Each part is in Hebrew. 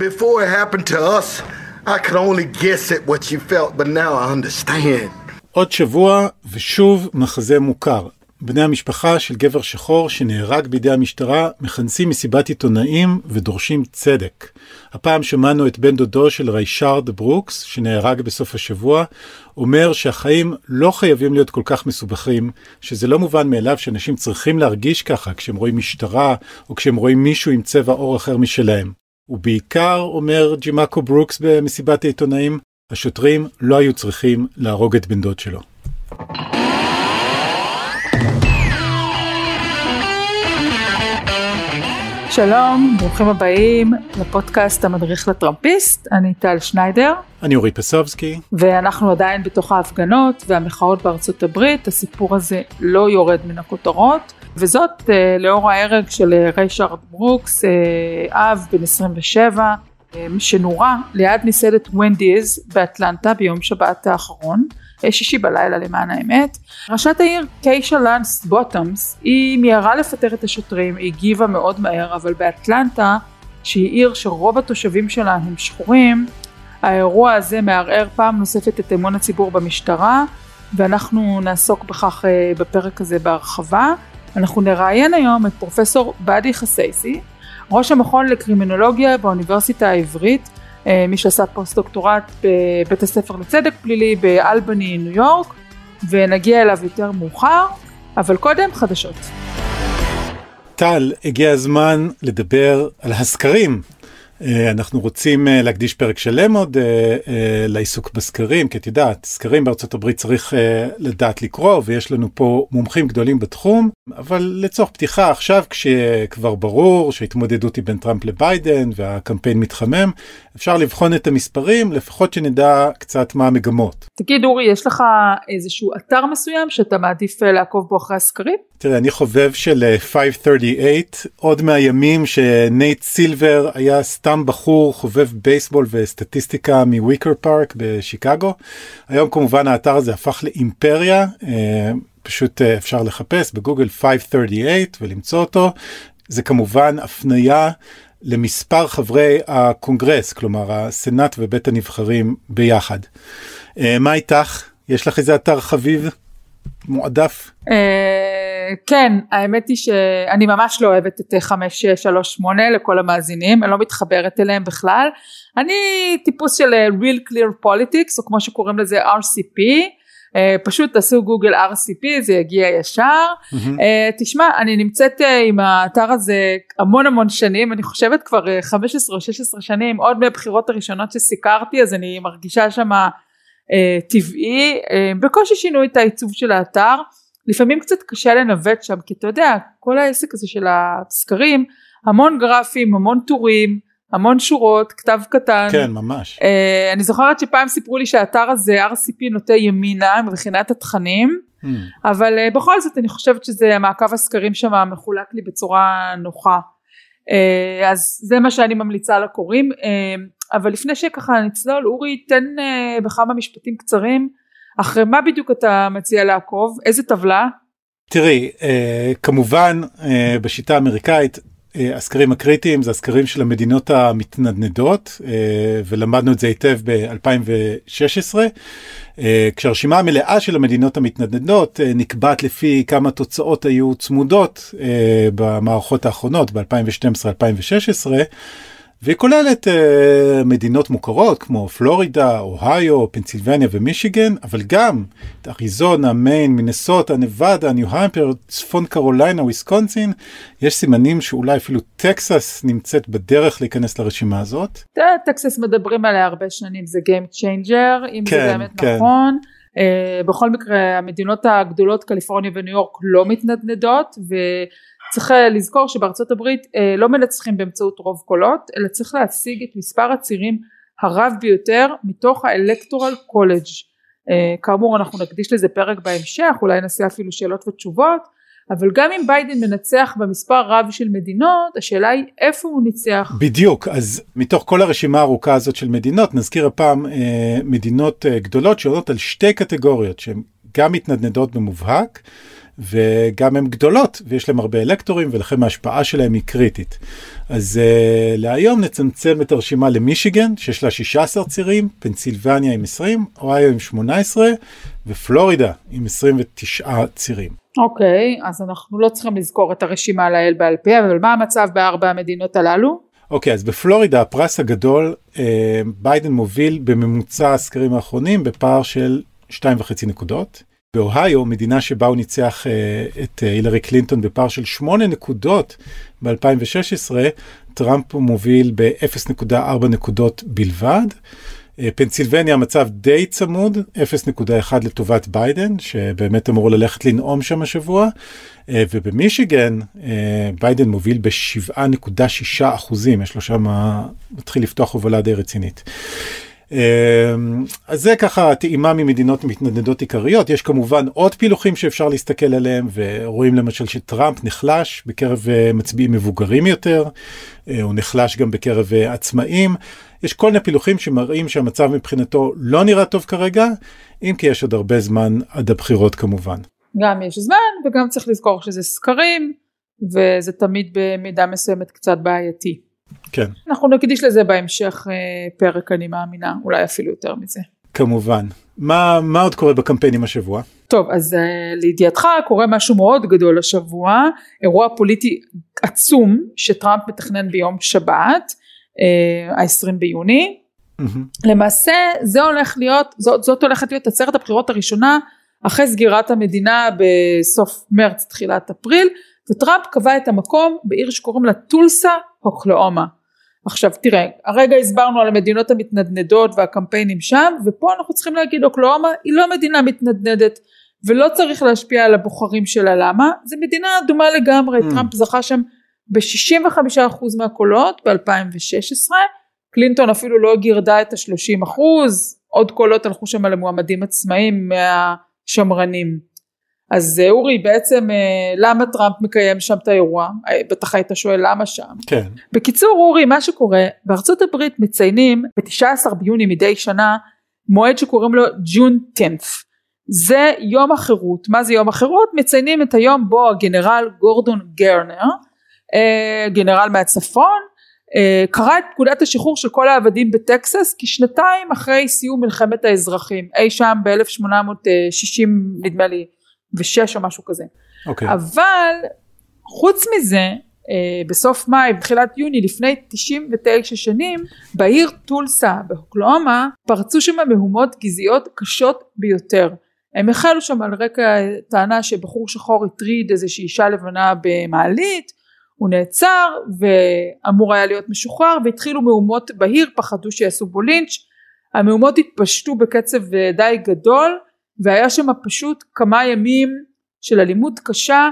Before it happened to us, I could only guess at what you felt, but now I understand. עוד שבוע ושוב מחזה מוכר. בני המשפחה של גבר שחור שנהרג בידי המשטרה מכנסים מסיבת עיתונאים ודורשים צדק. הפעם שמענו את בן דודו של ריישארד ברוקס שנהרג בסוף השבוע, אומר שהחיים לא חייבים להיות כל כך מסובכים, שזה לא מובן מאליו שאנשים צריכים להרגיש ככה כשהם רואים משטרה או כשהם רואים מישהו עם צבע עור אחר משלהם. ובעיקר, אומר ג'ימאקו ברוקס במסיבת העיתונאים, השוטרים לא היו צריכים להרוג את בן דוד שלו. שלום, ברוכים הבאים לפודקאסט המדריך לטראמפיסט, אני טל שניידר. אני אורי פסובסקי. ואנחנו עדיין בתוך ההפגנות והמחאות בארצות הברית, הסיפור הזה לא יורד מן הכותרות, וזאת לאור ההרג של ריישארד ברוקס, אב בן 27, שנורה ליד מסעדת ונדיז באטלנטה ביום שבת האחרון, שישי בלילה למען האמת. ראשת העיר קיישה לנס בוטומס היא מיהרה לפטר את השוטרים, היא הגיבה מאוד מהר, אבל באטלנטה, שהיא עיר שרוב התושבים שלה הם שחורים, האירוע הזה מערער פעם נוספת את אמון הציבור במשטרה, ואנחנו נעסוק בכך בפרק הזה בהרחבה. אנחנו נראיין היום את פרופסור באדי חסייסי, ראש המכון לקרימינולוגיה באוניברסיטה העברית, מי שעשה פוסט-דוקטורט בבית הספר לצדק פלילי באלבני, ניו יורק, ונגיע אליו יותר מאוחר, אבל קודם חדשות. טל, הגיע הזמן לדבר על הסקרים. אנחנו רוצים להקדיש פרק שלם עוד לעיסוק בסקרים, כי את יודעת, סקרים בארצות הברית צריך לדעת לקרוא, ויש לנו פה מומחים גדולים בתחום, אבל לצורך פתיחה עכשיו, כשכבר ברור שהתמודדות היא בין טראמפ לביידן, והקמפיין מתחמם, אפשר לבחון את המספרים, לפחות שנדע קצת מה המגמות. תגיד אורי, יש לך איזשהו אתר מסוים שאתה מעדיף לעקוב בו אחרי הסקרים? תראה, אני חובב של 538, עוד מהימים שנייט סילבר היה סתם בחור חובב בייסבול וסטטיסטיקה מוויקר פארק בשיקגו. היום כמובן האתר הזה הפך לאימפריה, פשוט אפשר לחפש בגוגל 538 ולמצוא אותו. זה כמובן הפניה למספר חברי הקונגרס, כלומר הסנאט ובית הנבחרים ביחד. מה איתך? יש לך איזה אתר חביב? מועדף? כן, האמת היא שאני ממש לא אוהבת את 538 לכל המאזינים, אני לא מתחברת אליהם בכלל. אני טיפוס של Real Clear Politics, או כמו שקוראים לזה RCP, פשוט תעשו גוגל RCP, זה יגיע ישר. תשמע, אני נמצאת עם האתר הזה המון שנים, אני חושבת כבר 15 או 16 שנים, עוד מהבחירות הראשונות שסיקרתי, אז אני מרגישה שמה טבעי, בקושי שינו את העיצוב של האתר, לפעמים קצת קשה לנווט שם, כי אתה יודע, כל העסק הזה של הסקרים, המון גרפים, המון טורים, המון שורות, כתב קטן. כן, ממש. אני זוכרת שפעם סיפרו לי שהאתר הזה, RCP נוטה ימינה, מבחינת התכנים, אבל בכל זאת אני חושבת שזה מעקב הסקרים שם מחולק לי בצורה נוחה. אז זה מה שאני ממליצה לקוראים. אבל לפני שככה נצלול, אורי, תן בכמה משפטים קצרים, אחרי מה בדיוק אתה מציע לעקוב? איזה טבלה? תראי, כמובן בשיטה האמריקאית, הסקרים הקריטיים זה הסקרים של המדינות המתנדנדות, ולמדנו את זה היטב ב-2016, כשהרשימה המלאה של המדינות המתנדנדות נקבעת לפי כמה תוצאות היו צמודות במערכות האחרונות, ב-2012-2016, והיא כוללת מדינות מוכרות כמו פלורידה, אוהיו, פנסילבניה ומישיגן, אבל גם את אריזונה, מיין, מינסוטה, נבדה, ניו המפר, צפון קרוליינה, וויסקונסין. יש סימנים שאולי אפילו טקסס נמצאת בדרך להיכנס לרשימה הזאת. טקסס מדברים עליה הרבה שנים, זה Game Changer, אם זה באמת נכון. בכל מקרה, המדינות הגדולות, קליפורניה וניו יורק, לא מתנדנדות, צריך לזכור שבארצות הברית לא מנצחים באמצעות רוב קולות, אלא צריך להשיג את מספר הצירים הרב ביותר מתוך האלקטורל קולג'. כאמור אנחנו נקדיש לזה פרק בהמשך, אולי נעשה אפילו שאלות ותשובות, אבל גם אם ביידן מנצח במספר רב של מדינות, השאלה היא איפה הוא ניצח. בדיוק, אז מתוך כל הרשימה הארוכה הזאת של מדינות, נזכיר הפעם מדינות גדולות שעונות על שתי קטגוריות, שהן גם מתנדנדות במובהק, וגם הן גדולות, ויש להם הרבה אלקטורים, ולכן ההשפעה שלהם היא קריטית. אז להיום נצמצם את הרשימה למישיגן, שיש לה 16 צירים, פנסילבניה עם 20, אוהיו עם 18, ופלורידה עם 29 צירים. אוקיי, אז אנחנו לא צריכים לזכור את הרשימה לעיל בעל פה, אבל מה המצב בארבע המדינות הללו? אוקיי, אז בפלורידה הפרס הגדול, ביידן מוביל בממוצע הסקרים האחרונים בפער של 2.5 נקודות. באוהיו, מדינה שבה הוא ניצח את הילרי קלינטון בפער של 8 נקודות ב-2016, טראמפ מוביל ב-0.4 נקודות בלבד. פנסילבניה המצב די צמוד, 0.1 לטובת ביידן, שבאמת אמור ללכת לנאום שם השבוע, ובמישיגן ביידן מוביל ב-7.6%, יש לו שם, מתחיל לפתוח הובלה די רצינית. אז זה ככה טעימה ממדינות מתנדנדות עיקריות. יש כמובן עוד פילוחים שאפשר להסתכל עליהם, ורואים למשל שטראמפ נחלש בקרב מצביעים מבוגרים יותר, הוא נחלש גם בקרב עצמאים. יש כל מיני פילוחים שמראים שהמצב מבחינתו לא נראה טוב כרגע, אם כי יש עוד הרבה זמן עד הבחירות כמובן. גם יש זמן, וגם צריך לזכור שזה סקרים, וזה תמיד במידה מסוימת קצת בעייתי. כן. אנחנו נקדיש לזה בהמשך פרק, אני מאמינה, אולי אפילו יותר מזה. כמובן. מה עוד קורה בקמפיינים השבוע? טוב, אז לידיעתך קורה משהו מאוד גדול השבוע, אירוע פוליטי עצום שטראמפ מתכנן ביום שבת, ה-20 ביוני. למעשה זאת הולכת להיות עצרת הבחירות הראשונה אחרי סגירת המדינה בסוף מרץ תחילת אפריל, וטראמפ קבע את המקום בעיר שקוראים לה טולסה, אוקלאומה. עכשיו תראה, הרגע הסברנו על המדינות המתנדנדות והקמפיינים שם, ופה אנחנו צריכים להגיד אוקלאומה היא לא מדינה מתנדנדת, ולא צריך להשפיע על הבוחרים שלה. למה? זו מדינה דומה לגמרי, טראמפ זכה שם ב-65% מהקולות ב-2016, קלינטון אפילו לא גירדה את ה-30%, עוד קולות הלכו שם על המועמדים עצמאים מהשמרנים. אז אורי, בעצם למה טראמפ מקיים שם את האירוע? בטח היית שואל למה שם. כן. בקיצור אורי, מה שקורה, בארצות הברית מציינים ב-19 ביוני מדי שנה, מועד שקוראים לו June 10th. זה יום החירות. מה זה יום החירות? מציינים את היום בו הגנרל גורדון גרנר, גנרל מהצפון, קרא את פקודת השחרור של כל העבדים בטקסס, כשנתיים אחרי סיום מלחמת האזרחים, אי שם ב-1860 נדמה לי, ו6 או משהו כזה. Okay. אבל חוץ מזה, בסוף מאי, בתחילת יוני, לפני 99 שנים, בעיר טולסה, באוקלאומה, פרצו שם מהומות גזעיות קשות ביותר. הם החלו שם על רקע טענה שבחור שחור הטריד איזושהי אישה לבנה במעלית, הוא נעצר ואמור היה להיות משוחרר, והתחילו מהומות בעיר, פחדו שיעשו בו לינץ'. המהומות התפשטו בקצב די גדול, והיה שם פשוט כמה ימים של אלימות קשה,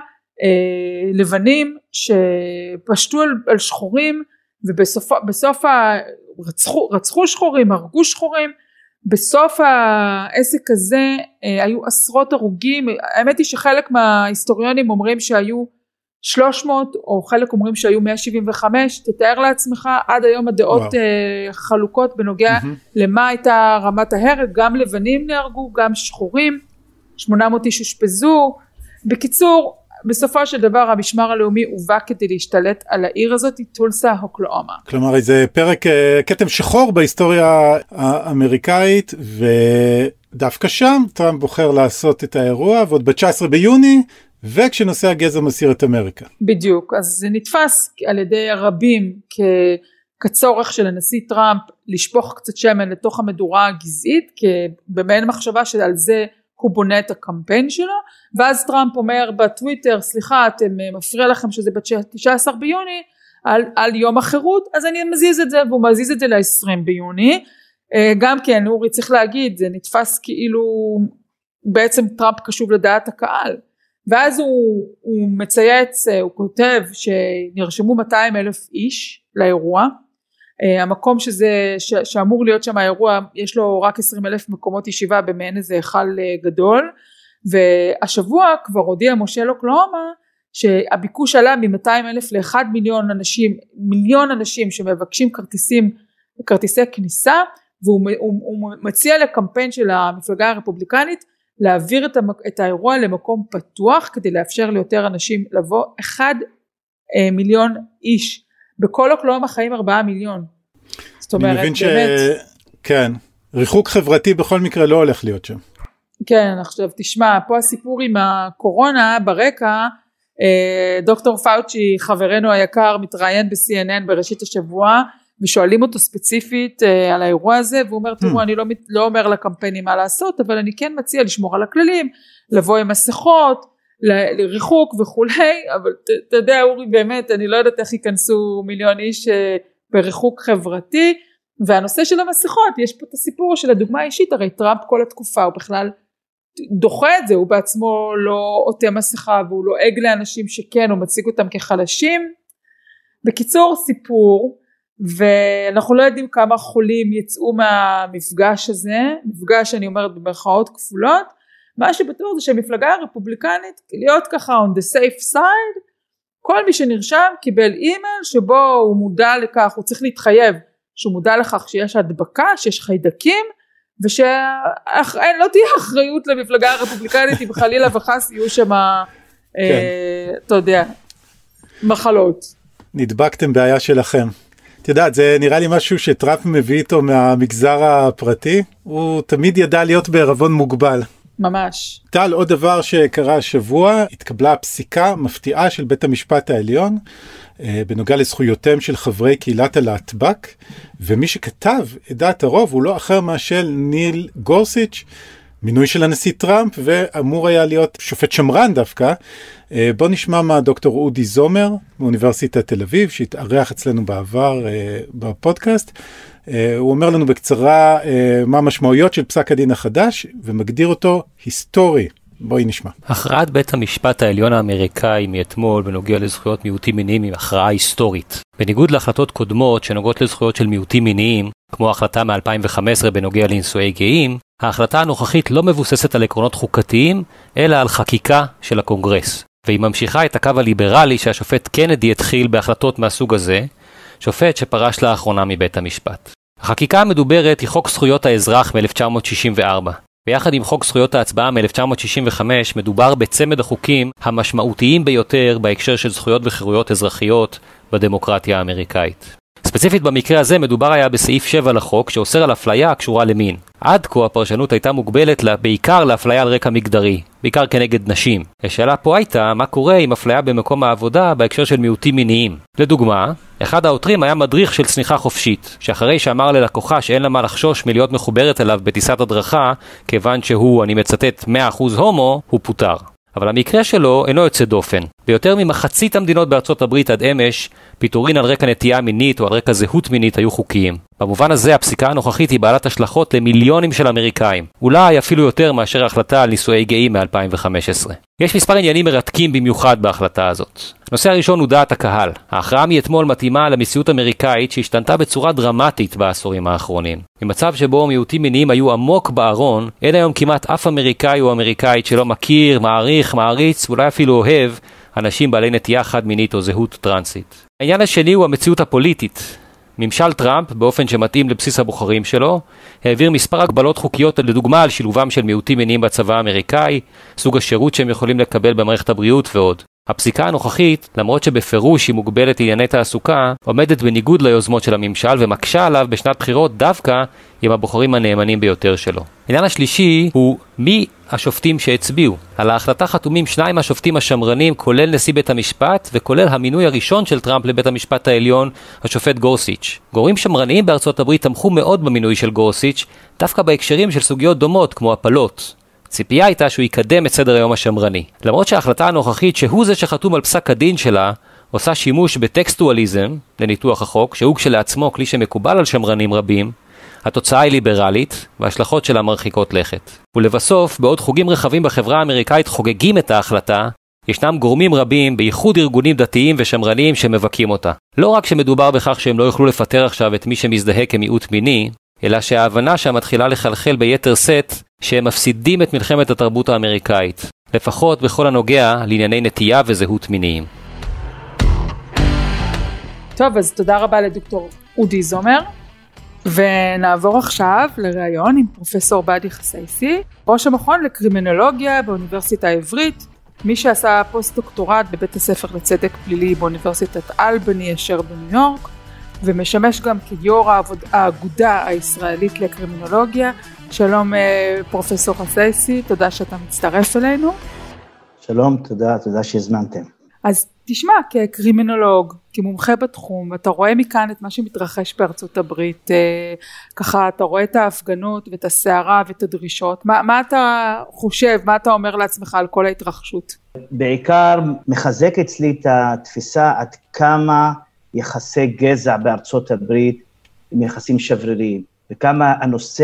לבנים שפשטו על שחורים, ובסוף רצחו שחורים, הרגו שחורים. בסוף העסק הזה היו עשרות הרוגים. האמת היא שחלק מההיסטוריונים אומרים שהיו 300, או חלק אומרים שהיו 175, תתאר לעצמך, עד היום הדעות חלוקות בנוגע למה הייתה רמת ההרג, גם לבנים נהרגו, גם שחורים, 800 איש הושפזו. בקיצור, בסופו של דבר המשמר הלאומי הובא כדי להשתלט על העיר הזאת, טולסה, אוקלאומה. כלומר, זה פרק כתם שחור בהיסטוריה האמריקאית, ודווקא שם טראמפ בוחר לעשות את האירוע, ועוד ב-19 ביוני, וכשנושא הגזע מסיר את אמריקה. בדיוק, אז זה נתפס על ידי הרבים כצורך של הנשיא טראמפ לשפוך קצת שמן לתוך המדורה הגזעית, במעין מחשבה שעל זה הוא בונה את הקמפיין שלו, ואז טראמפ אומר בטוויטר, סליחה, אתם מפריע לכם שזה ב-19 ביוני, על יום החירות, אז אני מזיז את זה, והוא מזיז את זה ל-20 ביוני, גם כן, אורי צריך להגיד, זה נתפס כאילו בעצם טראמפ קשוב לדעת הקהל, ואז הוא מצייץ, הוא כותב שנרשמו 200,000 איש לאירוע, המקום שאמור להיות שם האירוע, יש לו רק 20,000 מקומות ישיבה במעין איזה היכל גדול, והשבוע כבר הודיע מושל אוקלאומה, שהביקוש עלה מ-200,000 ל1 מיליון אנשים שמבקשים כרטיסי כניסה, והוא מציע לקמפיין של המפלגה הרפובליקנית, להעביר את האירוע למקום פתוח, כדי לאפשר ליותר אנשים לבוא. 1 מיליון איש, בכל אוקלהומה חיים 4 מיליון. זאת אומרת, אני מבין באמת... כן, ריחוק חברתי בכל מקרה לא הולך להיות שם. כן, עכשיו תשמע, פה הסיפור עם הקורונה ברקע, דוקטור פאוצ'י, חברנו היקר, מתראיין ב-CNN בראשית השבוע, ושואלים אותו ספציפית על האירוע הזה, והוא אומר, תראו, אני לא אומר לקמפיינים מה לעשות, אבל אני כן מציע לשמור על הכללים, לבוא עם מסכות, לריחוק וכולי, אבל אתה יודע, אורי, באמת, אני לא יודעת איך ייכנסו מיליון איש בריחוק חברתי, והנושא של המסכות, יש פה את הסיפור של הדוגמה האישית, הרי טראמפ כל התקופה, הוא בכלל דוחה את זה, הוא בעצמו לא עוטה מסכה, והוא לועג לאנשים שכן, הוא מציג אותם כחלשים. בקיצור, סיפור, ואנחנו לא יודעים כמה חולים יצאו מהמפגש הזה, מפגש אני אומרת במרכאות כפולות, מה שבטוח זה שהמפלגה הרפובליקנית, להיות ככה on the safe side, כל מי שנרשם קיבל אימייל שבו הוא מודע לכך, הוא צריך להתחייב שהוא מודע לכך שיש הדבקה, שיש חיידקים, ושלא תהיה אחריות למפלגה הרפובליקנית, אם חלילה וחס יהיו שם, אתה יודע, מחלות. נדבקתם בעיה שלכם. את יודעת, זה נראה לי משהו שטראמפ מביא איתו מהמגזר הפרטי, הוא תמיד ידע להיות בערבון מוגבל. ממש. טל, עוד דבר שקרה השבוע, התקבלה פסיקה מפתיעה של בית המשפט העליון, בנוגע לזכויותיהם של חברי קהילת הלהטב"ק, ומי שכתב את דעת הרוב הוא לא אחר מאשר ניל גורסיץ', מינוי של הנשיא טראמפ, ואמור היה להיות שופט שמרן דווקא. בוא נשמע מה דוקטור אודי זומר, מאוניברסיטת תל אביב, שהתארח אצלנו בעבר בפודקאסט. הוא אומר לנו בקצרה מה המשמעויות של פסק הדין החדש, ומגדיר אותו היסטורי. בואי נשמע. הכרעת בית המשפט העליון האמריקאי מאתמול בנוגע לזכויות מיעוטים מיניים היא הכרעה היסטורית. בניגוד להחלטות קודמות שנוגעות לזכויות של מיעוטים מיניים, כמו ההחלטה מ-2015 בנוגע לנישואי גאים, ההחלטה הנוכחית לא מבוססת על עקרונות חוקתיים, אלא על חקיקה של הקונגרס. והיא ממשיכה את הקו הליברלי שהשופט קנדי התחיל בהחלטות מהסוג הזה, שופט שפרש לאחרונה מבית המשפט. החקיקה המדוברת היא חוק זכויות האזרח מ-1964. ביחד עם חוק זכויות ההצבעה מ-1965 מדובר בצמד החוקים המשמעותיים ביותר בהקשר של זכויות וחירויות אזרחיות בדמוקרטיה האמריקאית. ספציפית במקרה הזה מדובר היה בסעיף 7 לחוק שאוסר על אפליה הקשורה למין. עד כה הפרשנות הייתה מוגבלת בעיקר לאפליה על רקע מגדרי, בעיקר כנגד נשים. השאלה פה הייתה מה קורה עם אפליה במקום העבודה בהקשר של מיעוטים מיניים. לדוגמה, אחד העותרים היה מדריך של צניחה חופשית, שאחרי שאמר ללקוחה שאין לה מה לחשוש מלהיות מחוברת אליו בטיסת הדרכה, כיוון שהוא, אני מצטט, 100% הומו, הוא פוטר. אבל המקרה שלו אינו יוצא דופן. ביותר ממחצית המדינות בארצות הברית עד אמש, פיטורין על רקע נטייה מינית או על רקע זהות מינית היו חוקיים. במובן הזה הפסיקה הנוכחית היא בעלת השלכות למיליונים של אמריקאים. אולי אפילו יותר מאשר ההחלטה על נישואי גאים מ-2015. יש מספר עניינים מרתקים במיוחד בהחלטה הזאת. הנושא הראשון הוא דעת הקהל. ההכרעה מאתמול מתאימה למציאות אמריקאית שהשתנתה בצורה דרמטית בעשורים האחרונים. במצב שבו מיעוטים מיניים היו עמוק בארון, אין היום כמעט אף אמריקאי או אמריקאית שלא מכיר, מעריך, מעריץ, ואולי אפילו אוהב אנשים בעלי נטייה חד מינית או זהות טרנסית. העניין השני הוא המציאות הפוליטית. ממשל טראמפ, באופן שמתאים לבסיס הבוחרים שלו, העביר מספר הגבלות חוקיות לדוגמה על שילובם של מיעוטים מיניים בצבא האמריקאי, סוג השירות שהם יכולים לקבל במערכת הבריאות ועוד. הפסיקה הנוכחית, למרות שבפירוש היא מוגבלת לענייני תעסוקה, עומדת בניגוד ליוזמות של הממשל ומקשה עליו בשנת בחירות דווקא עם הבוחרים הנאמנים ביותר שלו. העניין השלישי הוא מי השופטים שהצביעו. על ההחלטה חתומים 2 השופטים השמרנים, כולל נשיא בית המשפט וכולל המינוי הראשון של טראמפ לבית המשפט העליון, השופט גורסיץ'. גורמים שמרניים בארצות הברית תמכו מאוד במינוי של גורסיץ', דווקא בהקשרים של סוגיות דומות כמו הפלות. ציפייה הייתה שהוא יקדם את סדר היום השמרני. למרות שההחלטה הנוכחית שהוא זה שחתום על פסק הדין שלה, עושה שימוש בטקסטואליזם לניתוח החוק, שהוא כשלעצמו כלי שמקובל על שמרנים רבים, התוצאה היא ליברלית וההשלכות שלה מרחיקות לכת. ולבסוף, בעוד חוגים רחבים בחברה האמריקאית חוגגים את ההחלטה, ישנם גורמים רבים, בייחוד ארגונים דתיים ושמרניים שמבקים אותה. לא רק שמדובר בכך שהם לא יוכלו לפטר עכשיו את מי שמזדהה כמיעוט מיני, אלא שההבנה שמתחילה לחלחל ביתר סט שהם מפסידים את מלחמת התרבות האמריקאית, לפחות בכל הנוגע לענייני נטייה וזהות מיניים. טוב, אז תודה רבה לדוקטור אודי זומר, ונעבור עכשיו לראיון עם פרופסור באדי חסייסי, ראש המכון לקרימינולוגיה באוניברסיטה העברית, מי שעשה פוסט-דוקטורט בבית הספר לצדק פלילי באוניברסיטת אלבני אשר בניו יורק, ומשמש גם כיו"ר האגודה הישראלית לקרימינולוגיה. שלום פרופסור חסייסי, תודה שאתה מצטרף אלינו. שלום, תודה שהזמנתם. אז תשמע, כקרימינולוג, כמומחה בתחום, אתה רואה מכאן את מה שמתרחש בארצות הברית, ככה אתה רואה את ההפגנות ואת הסערה ואת הדרישות, מה אתה חושב, מה אתה אומר לעצמך על כל ההתרחשות? בעיקר מחזק אצלי את התפיסה עד כמה יחסי גזע בארצות הברית הם יחסים שבריריים, וכמה הנושא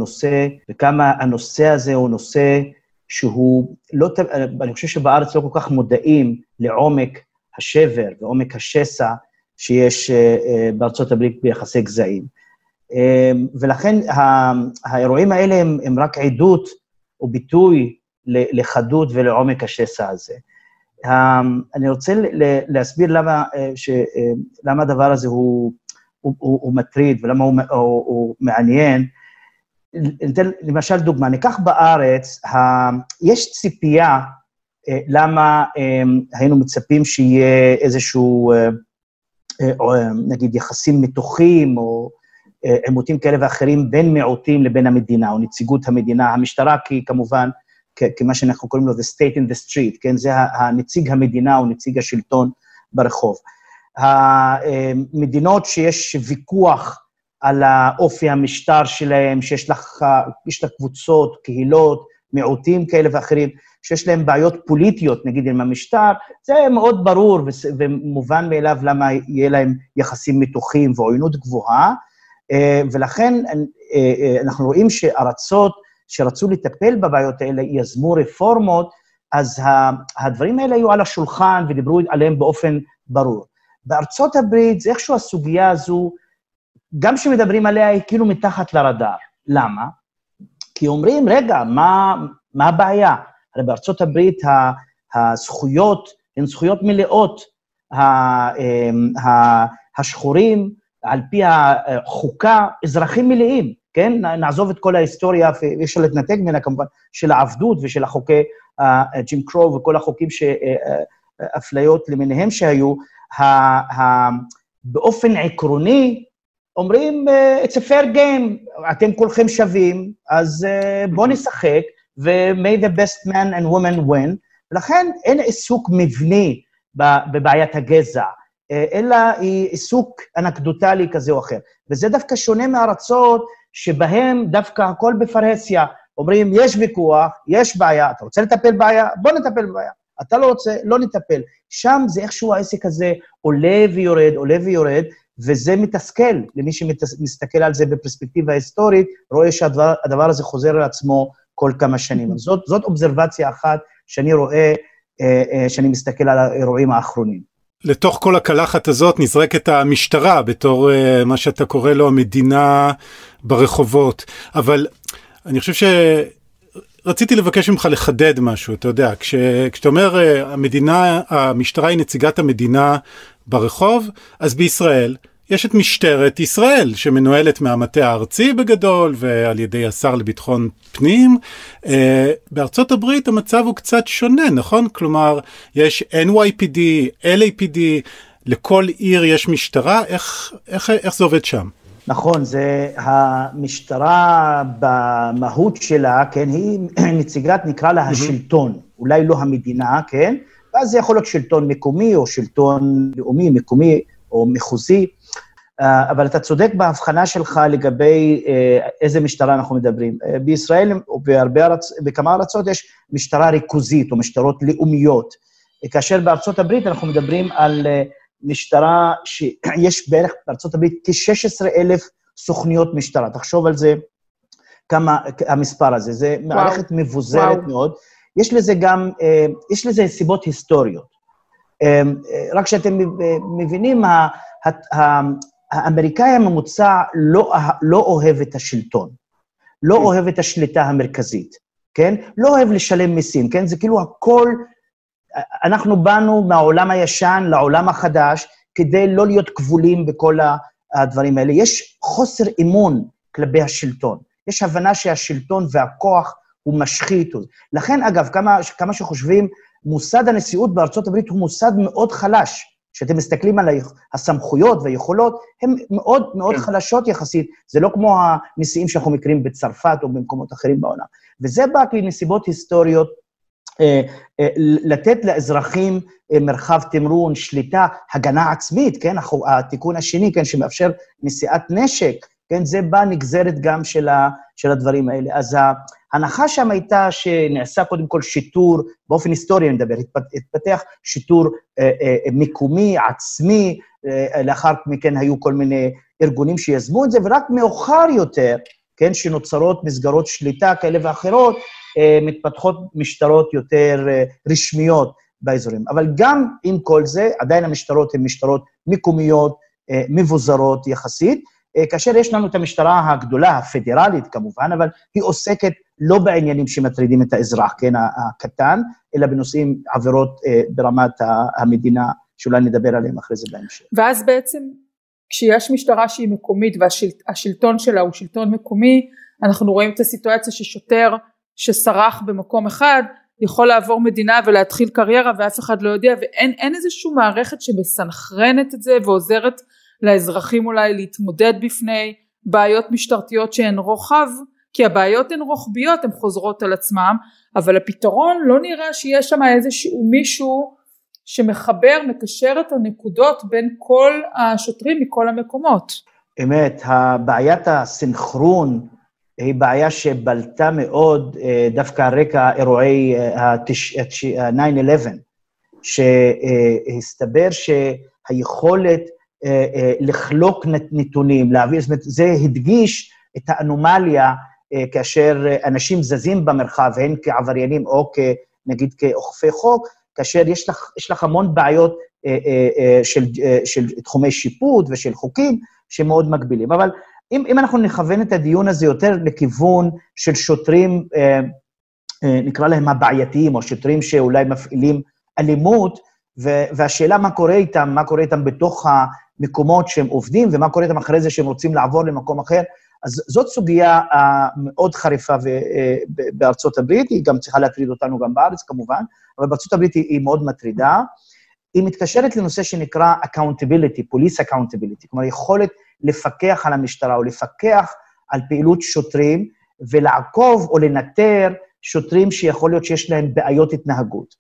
הזה הוא נושא שהוא לא, אני חושב שבארץ לא כל כך מודעים לעומק השבר ועומק השסע שיש בארצות הברית ביחסי גזעים. ולכן האירועים האלה הם רק עדות או ביטוי לחדות ולעומק השסע הזה. אני רוצה להסביר למה הדבר הזה הוא מטריד ולמה הוא מעניין. ניתן למשל דוגמה, ניקח בארץ, יש ציפייה למה היינו מצפים שיהיה איזשהו, נגיד, יחסים מתוחים או עימותים כאלה ואחרים בין מיעוטים לבין המדינה, או נציגות המדינה, המשטרה כמובן, כמה שאנחנו קוראים לו, the state in the street, כן? זה הנציג המדינה או נציג השלטון ברחוב. המדינות שיש ויכוח על האופי המשטר שלהם, שיש לך קבוצות, קהילות, מיעוטים כאלה ואחרים, שיש להם בעיות פוליטיות, נגיד עם המשטר, זה מאוד ברור ומובן מאליו למה יהיה להם יחסים מתוחים ועוינות גבוהה, ולכן אנחנו רואים שארצות שרצו לטפל בבעיות האלה, יזמו רפורמות, אז הדברים האלה היו על השולחן ודיברו עליהם באופן ברור. בארצות הברית, זה איכשהו הסוגיה הזו, גם שמדברים עליה היא כאילו מתחת לרדאר. למה? כי אומרים, רגע, מה הבעיה? הרי בארצות הברית הזכויות הן זכויות מלאות, השחורים, על פי החוקה, אזרחים מלאים, כן? נעזוב את כל ההיסטוריה, ויש להתנתק ממנה כמובן, של העבדות ושל החוקי ג'ים קרו וכל החוקים אפליות למיניהם שהיו, באופן עקרוני, אומרים, it's a fair game, אתם כולכם שווים, אז בואו נשחק, ו-may the best man and woman win, ולכן אין עיסוק מבני בבעיית הגזע, אלא היא עיסוק אנקדוטלי כזה או אחר. וזה דווקא שונה מארצות שבהם דווקא הכל בפרהסיה, אומרים, יש ויכוח, יש בעיה, אתה רוצה לטפל בעיה? בוא נטפל בבעיה. אתה לא רוצה, לא נטפל. שם זה איכשהו העסק הזה עולה ויורד, וזה מתסכל, למי שמסתכל על זה בפרספקטיבה היסטורית, רואה שהדבר הזה חוזר על עצמו כל כמה שנים. זאת אובזרבציה אחת שאני רואה, שאני מסתכל על האירועים האחרונים. לתוך כל הקלחת הזאת נזרקת המשטרה, בתור מה שאתה קורא לו המדינה ברחובות. אבל אני חושב רציתי לבקש ממך לחדד משהו, אתה יודע, כשאתה אומר המשטרה היא נציגת המדינה ברחוב, אז בישראל יש את משטרת ישראל, שמנוהלת מהמטה הארצי בגדול, ועל ידי השר לביטחון פנים. בארצות הברית המצב הוא קצת שונה, נכון? כלומר, יש NYPD, LAPD, לכל עיר יש משטרה, איך זה עובד שם? נכון, זה המשטרה במהות שלה, כן, היא נציגת, נקרא לה השלטון, אולי לא המדינה, כן? ואז זה יכול להיות שלטון מקומי, או שלטון לאומי, מקומי, או מחוזי, אבל אתה צודק בהבחנה שלך לגבי איזה משטרה אנחנו מדברים. בישראל, בכמה ארצות יש משטרה ריכוזית, או משטרות לאומיות, כאשר בארצות הברית אנחנו מדברים על משטרה שיש בערך בארצות הברית כ-16,000 סוכניות משטרה. תחשוב על זה, כמה המספר הזה. זה מערכת מבוזרת מאוד. יש לזה גם, יש לזה סיבות היסטוריות. רק שאתם מבינים, האמריקאי הממוצע לא אוהב את השלטון, לא אוהב את השליטה המרכזית, כן? לא אוהב לשלם מיסים, כן? זה כאילו הכל, אנחנו באנו מהעולם הישן לעולם החדש, כדי לא להיות כבולים בכל הדברים האלה, יש חוסר אמון כלפי השלטון, יש הבנה שהשלטון והכוח הוא משחית. לכן אגב, כמה שחושבים, מוסד הנשיאות בארצות הברית הוא מוסד מאוד חלש, שאתם מסתכלים על הסמכויות והיכולות, הן מאוד מאוד חלשות יחסית, זה לא כמו הנשיאים שאנחנו מכירים בצרפת או במקומות אחרים בעולם. וזה בא כנסיבות היסטוריות, לתת לאזרחים מרחב תמרון, שליטה, הגנה עצמית, כן, התיקון השני, כן, שמאפשר נשיאת נשק, כן, זה בא נגזרת גם של הדברים האלה. אז ההנחה שם הייתה שנעשה קודם כל שיטור, באופן היסטורי נדבר, התפתח שיטור מקומי, עצמי, לאחר מכן היו כל מיני ארגונים שיזמו את זה, ורק מאוחר יותר, כן, שנוצרות מסגרות שליטה כאלה ואחרות, מתפתחות משטרות יותר רשמיות באזורים. אבל גם עם כל זה, עדיין המשטרות הן משטרות מקומיות, מבוזרות יחסית, כאשר יש לנו את המשטרה הגדולה, הפדרלית כמובן, אבל היא עוסקת לא בעניינים שמטרידים את האזרח, כן, הקטן, אלא בנושאים עבירות ברמת המדינה, שאולי נדבר עליהם אחרי זה בהמשך. ואז בעצם, כשיש משטרה שהיא מקומית, והשלטון שלה הוא שלטון מקומי, אנחנו רואים את הסיטואציה ששוטר שסרח במקום אחד, יכול לעבור מדינה ולהתחיל קריירה, ואף אחד לא יודע, ואין איזושהי מערכת שמסנכרנת את זה, ועוזרת לאזרחים אולי להתמודד בפני בעיות משטרתיות שהן רוחב, כי הבעיות הן רוחביות, הן חוזרות על עצמם, אבל הפתרון לא נראה שיש שם איזשהו מישהו שמחבר, מקשר את הנקודות בין כל השוטרים מכל המקומות. אמת, בעיית הסנכרון היא בעיה שבלטה מאוד דווקא על רקע אירועי ה-9/11, שהסתבר שהיכולת לחלוק נתונים, להעביר, זאת אומרת, זה הדגיש את האנומליה כאשר אנשים זזים במרחב, הן כעבריינים או נגיד כאוכפי חוק, כאשר יש לך המון בעיות של תחומי שיפוט ושל חוקים שמאוד מגבילים. אבל אם אנחנו נכוון את הדיון הזה יותר לכיוון של שוטרים, נקרא להם הבעייתיים, או שוטרים שאולי מפעילים אלימות, והשאלה מה קורה איתם בתוך המקומות שהם עובדים, ומה קורה איתם אחרי זה שהם רוצים לעבור למקום אחר, אז זאת סוגיה מאוד חריפה בארצות הברית, היא גם צריכה להטריד אותנו גם בארץ כמובן, אבל בארצות הברית היא מאוד מטרידה, היא מתקשרת לנושא שנקרא accountability, police accountability, כלומר יכולת לפקח על המשטרה, או לפקח על פעילות שוטרים, ולעקוב או לנטר שוטרים שיכול להיות שיש להם בעיות התנהגות.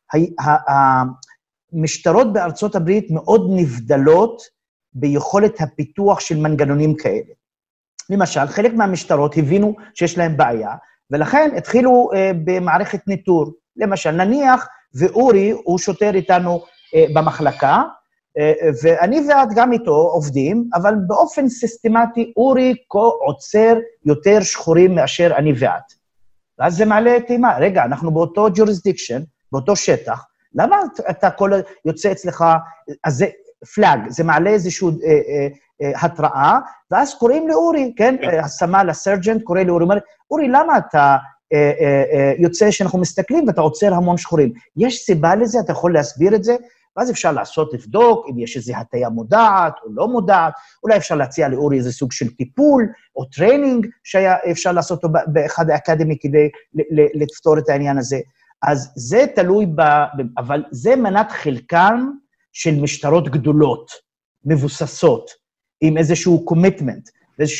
המשטרות בארצות הברית מאוד נבדלות ביכולת הפיתוח של מנגנונים כאלה. למשל, חלק מהמשטרות הבינו שיש להם בעיה, ולכן התחילו במערכת ניטור. למשל, נניח, ואורי הוא שוטר איתנו במחלקה, ואני ואת גם איתו עובדים, אבל באופן סיסטמטי, אורי עוצר יותר שחורים מאשר אני ואת. ואז זה מעלה תימה, רגע, אנחנו באותו jurisdiction, באותו שטח, למה אתה יוצא אצלך, אז זה פלאג, זה מעלה איזשהו התראה, ואז קוראים לאורי, כן, הסמל, הסרג'נט, קורא לאורי, אומר, אורי, למה אתה יוצא שאנחנו מסתכלים ואתה עוצר המון שחורים? יש סיבה לזה, אתה יכול להסביר את זה, ואז אפשר לבדוק אם יש איזו הטיה מודעת או לא מודעת, אולי אפשר להציע לאורי איזה סוג של טיפול או טריינינג שאפשר לעשות אותו באחד האקדמי כדי לפתור את העניין הזה. אז זה תלוי אבל זה מנת חלקן של משטרות גדולות, מבוססות, עם איזשהו commitment,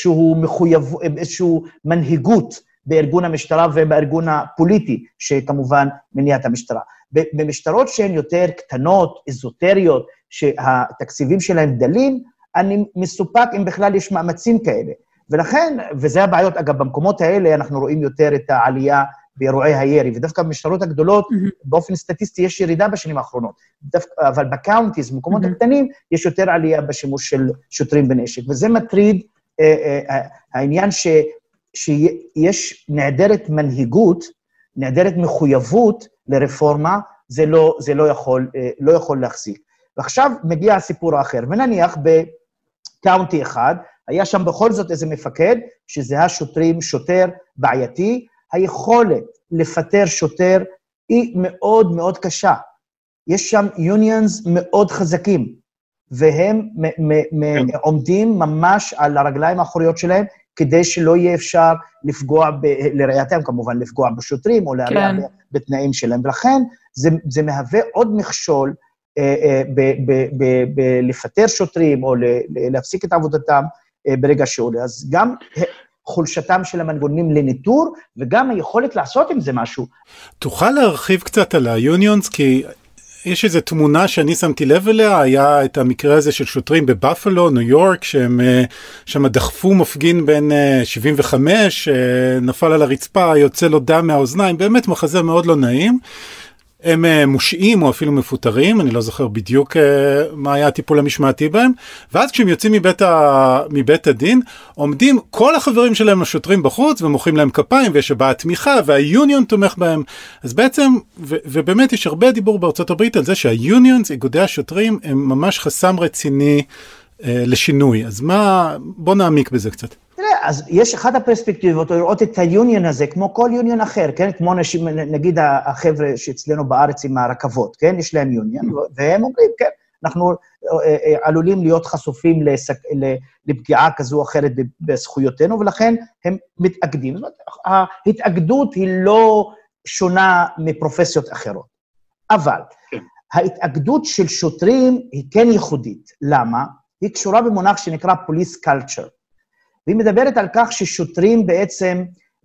איזשהו מנהיגות בארגון המשטרה ובארגון הפוליטי, שכמובן מניע את המשטרה. במשטרות שהן יותר קטנות, אזוטריות, שהתקציבים שלהן דלים, אני מסופק אם בכלל יש מאמצים כאלה. ולכן, וזה הבעיות, אגב, במקומות האלה אנחנו רואים יותר את העלייה באירועי הירי, ודווקא במשטרות הגדולות, באופן סטטיסטי יש ירידה בשנים האחרונות, אבל בקאונטיז, במקומות הקטנים, יש יותר עלייה בשימוש של שוטרים בנשק, וזה מטריד העניין שיש נעדרת מנהיגות, נעדרת מחויבות לרפורמה, זה לא יכול להחזיק. ועכשיו מגיע הסיפור האחר, ונניח בקאונטי אחד, היה שם בכל זאת איזה מפקד, שזה שוטר בעייתי, היכולת לפטר שוטר היא מאוד מאוד קשה. יש שם unions מאוד חזקים, והם עומדים ממש על הרגליים האחוריות שלהם, כדי שלא יהיה אפשר לפגוע, לראייתם כמובן, לפגוע בשוטרים, או להריע בתנאים שלהם, ולכן זה מהווה עוד מכשול, לפטר שוטרים, או להפסיק את עבודתם ברגע שעולה. אז גם חולשתם של המנגנונים לניטור, וגם היכולת לעשות עם זה משהו. תוכל להרחיב קצת על היוניונס, כי יש איזו תמונה שאני שמתי לב אליה, היה את המקרה הזה של שוטרים בבאפלו, ניו יורק, שהם שם דחפו מפגין בין 75, נפל על הרצפה, יוצא לו דם מהאוזניים, באמת מחזה מאוד לא נעים. הם מושעים או אפילו מפוטרים, אני לא זוכר בדיוק מה היה הטיפול המשמעתי בהם, ואז כשהם יוצאים מבית הדין, עומדים כל החברים שלהם השוטרים בחוץ, ומוחאים להם כפיים, ויש הבעת תמיכה, והיוניון תומך בהם. אז בעצם, ובאמת יש הרבה דיבור בארצות הברית על זה שהיוניונס, איגודי השוטרים, הם ממש חסם רציני לשינוי. אז בוא נעמיק בזה קצת. אז יש אחת הפרספקטיבות, לראות את היוניון הזה, כמו כל יוניון אחר, כן? כמו נגיד החבר'ה שאצלנו בארץ עם הרכבות, כן? יש להם יוניון, והם אומרים, כן, אנחנו עלולים להיות חשופים לפגיעה כזו או אחרת בזכויותינו, ולכן הם מתאגדים. זאת אומרת, ההתאגדות היא לא שונה מפרופסיות אחרות. אבל ההתאגדות של שוטרים היא כן ייחודית. למה? היא קשורה במונח שנקרא police culture. והיא מדברת על כך ששוטרים בעצם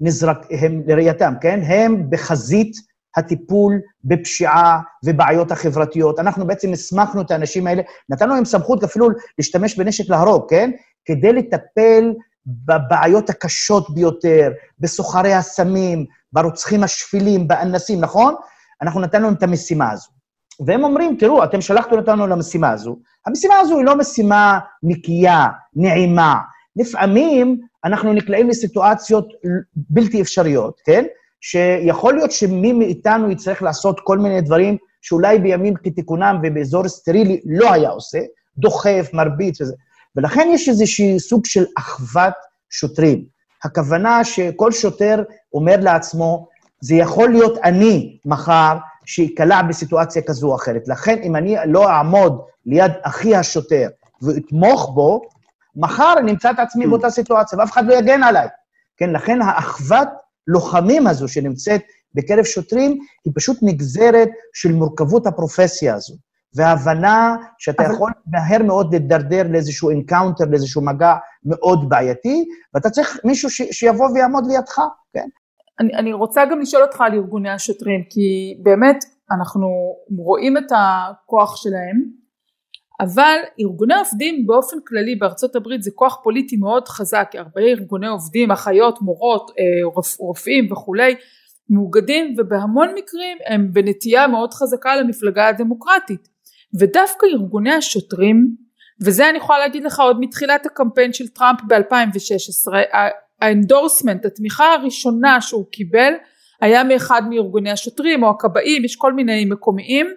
הם לראייתם, כן? הם בחזית הטיפול בפשיעה ובעיות החברתיות. אנחנו בעצם הסמכנו את האנשים האלה, נתנו להם סמכות אפילו להשתמש בנשק להרוג, כן? כדי לטפל בבעיות הקשות ביותר, בסוחרי הסמים, ברוצחים השפילים, באנסים, נכון? אנחנו נתנו להם את המשימה הזו. והם אומרים, תראו, אתם שלחתם אותנו למשימה הזו. המשימה הזו היא לא משימה נקייה, נעימה, לפעמים אנחנו נקלעים לסיטואציות בלתי אפשריות, כן? שיכול להיות שמי מאיתנו יצטרך לעשות כל מיני דברים שאולי בימים כתיקונם ובאזור סטרילי לא היה עושה, דוחף, מרביץ וזה. ולכן יש איזושהי סוג של אחוות שוטרים. הכוונה שכל שוטר אומר לעצמו, זה יכול להיות אני מחר שיקלע בסיטואציה כזו או אחרת. לכן אם אני לא אעמוד ליד אחי השוטר ואתמוך בו, מחר נמצא את עצמי באותה סיטואציה, ואף אחד לא יגן עליי. כן, לכן האחוות לוחמים הזו שנמצאת בקרב שוטרים, היא פשוט נגזרת של מורכבות הפרופסיה הזו, וההבנה שאתה יכול מהר מאוד לדרדר לאיזשהו אנקאונטר, לאיזשהו מגע מאוד בעייתי, ואתה צריך מישהו שיבוא ויעמוד לידך, כן? אני רוצה גם לשאול אותך על ארגוני השוטרים, כי באמת אנחנו רואים את הכוח שלהם, אבל ארגוני עובדים באופן כללי בארצות הברית זה כוח פוליטי מאוד חזק, הרבה ארגוני עובדים, אחיות, מורות, רופאים וכולי, מאוגדים, ובהמון מקרים הם בנטייה מאוד חזקה למפלגה הדמוקרטית, ודווקא ארגוני השוטרים, וזה אני יכולה להגיד לך עוד מתחילת הקמפיין של טראמפ ב-2016, האנדורסמנט, התמיכה הראשונה שהוא קיבל, היה מאחד מארגוני השוטרים או הכבאים, יש כל מיני מקומיים,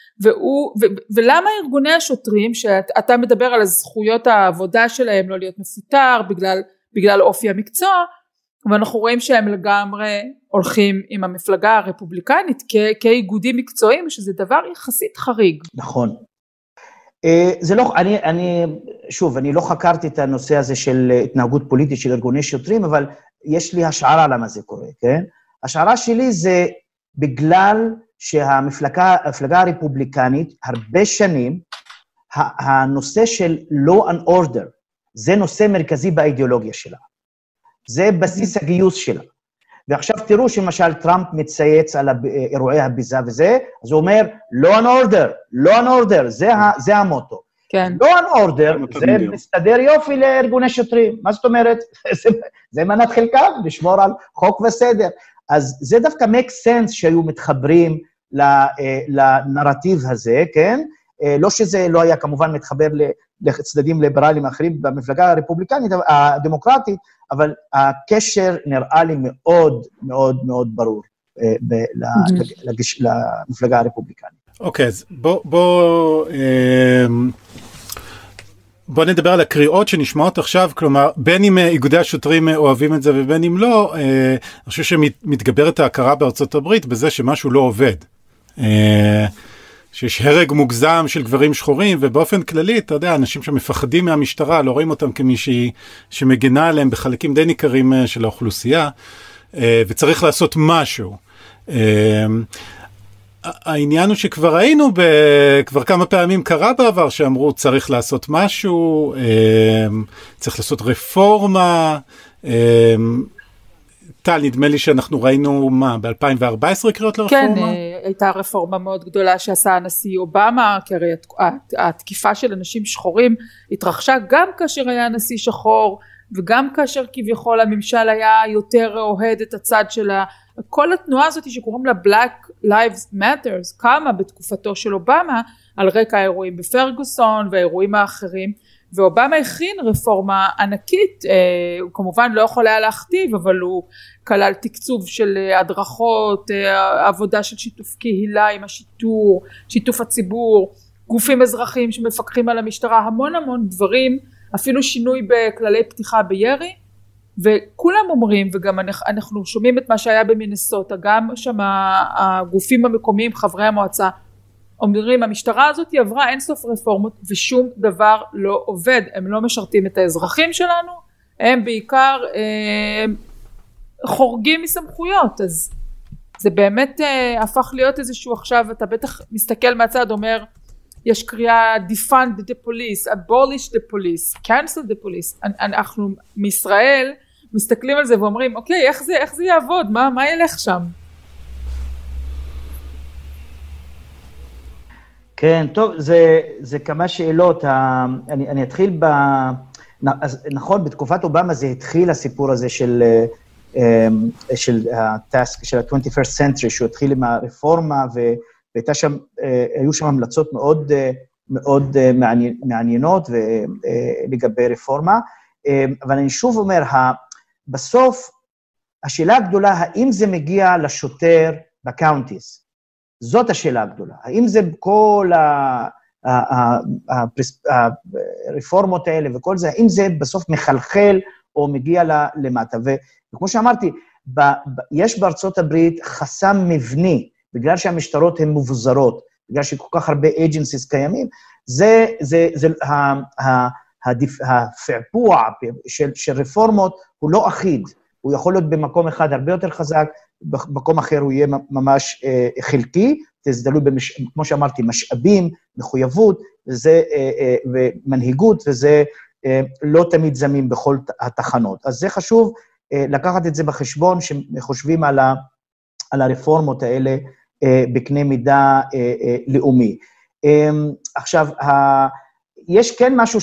ולמה ארגוני השוטרים, שאתה מדבר על הזכויות העבודה שלהם לא להיות מפוטר בגלל אופי המקצוע, ואנחנו רואים שהם לגמרי הולכים עם המפלגה הרפובליקנית כאיגודים מקצועיים, שזה דבר יחסית חריג. נכון. זה לא, אני לא חקרתי את הנושא הזה של התנהגות פוליטית של ארגוני שוטרים, אבל יש לי השערה למה זה קורה, כן? השערה שלי זה בגלל שהמפלגה הרפובליקנית, הרבה שנים, הנושא של law and order, זה נושא מרכזי באידיאולוגיה שלה. זה בסיס הגיוס שלה. ועכשיו תראו שמשל טראמפ מצייץ על אירועי הביזה וזה, אז הוא אומר, law and order, זה המוטו. כן. law and order, זה מסתדר יופי לארגוני שוטרים. מה זאת אומרת? זה מנת חלקם, לשמור על חוק וסדר. אז זה דווקא make sense שהיו מתחברים לנרטיב הזה, כן? לא שזה לא היה כמובן מתחבר לצדדים ליברליים אחרים במפלגה הרפובליקנית, הדמוקרטית, אבל הקשר נראה לי מאוד מאוד מאוד ברור למפלגה הרפובליקנית. אוקיי, אז בוא נדבר על הקריאות שנשמעות עכשיו, כלומר, בין אם איגודי השוטרים אוהבים את זה ובין אם לא, אני חושב שמתגברת ההכרה בארצות הברית בזה שמשהו לא עובד. שיש הרג מוגזם של גברים שחורים, ובאופן כללי, אתה יודע, אנשים שמפחדים מהמשטרה, לא רואים אותם כמישהי שמגנה עליהם בחלקים די ניכרים של האוכלוסייה, וצריך לעשות משהו. העניין הוא שכבר ראינו, כבר כמה פעמים קרה בעבר, שאמרו צריך לעשות משהו, צריך לעשות רפורמה, טל, נדמה לי שאנחנו ראינו, ב-2014 קריאות לרפורמה? כן, הייתה רפורמה מאוד גדולה שעשה הנשיא אובמה, כי הרי התקיפה של אנשים שחורים התרחשה גם כאשר היה נשיא שחור, וגם כאשר כביכול הממשל היה יותר אוהד את הצד שלה. כל התנועה הזאת שקוראים לה Black Lives Matters קמה בתקופתו של אובמה על רקע האירועים בפרגוסון והאירועים האחרים, ואובמה הכין רפורמה ענקית, הוא כמובן לא יכול היה להכתיב, אבל הוא כלל תקצוב של הדרכות, עבודה של שיתוף קהילה עם השיטור, שיתוף הציבור, גופים אזרחיים שמפקחים על המשטרה, המון המון דברים, אפילו שינוי בכללי פתיחה בירי, וכולם אומרים, וגם אנחנו שומעים את מה שהיה במינסוטה, גם שם הגופים המקומיים, חברי המועצה, אומרים, המשטרה הזאת עברה אינסוף רפורמות, ושום דבר לא עובד, הם לא משרתים את האזרחים שלנו, הם בעיקר חורגים מסמכויות, אז זה באמת הפך להיות איזשהו עכשיו, אתה בטח מסתכל מהצד, אומר, יש קריאה defund the police, abolish the police, cancel the police, אנחנו מישראל מסתכלים על זה ואומרים, אוקיי, איך זה יעבוד, מה ילך שם? כן, טוב, זה כמה שאלות, אני אתחיל נכון, בתקופת אובמה זה התחיל הסיפור הזה של הטאסק, של ה-21st century, שהוא התחיל עם הרפורמה, והיו שם המלצות מאוד, מאוד מעניינות לגבי רפורמה, אבל אני שוב אומר, בסוף, השאלה הגדולה, האם זה מגיע לשוטר בקאונטיס? זאת השאלה הגדולה. האם זה כל הרפורמות האלה וכל זה, האם זה בסוף מחלחל או מגיע למטה? וכמו שאמרתי, יש בארצות הברית חסם מבני, בגלל שהמשטרות הן מבוזרות, בגלל שכל כך הרבה agencies קיימים, הפעפוע של רפורמות הוא לא אחיד, הוא יכול להיות במקום אחד הרבה יותר חזק, במקום אחר הוא יהיה ממש חלקי, זה תלוי, כמו שאמרתי, משאבים, מחויבות, ומנהיגות, וזה לא תמיד זמין בכל התחנות. אז זה חשוב לקחת את זה בחשבון, שחושבים על הרפורמות האלה בקנה מידה לאומי. עכשיו, יש כן משהו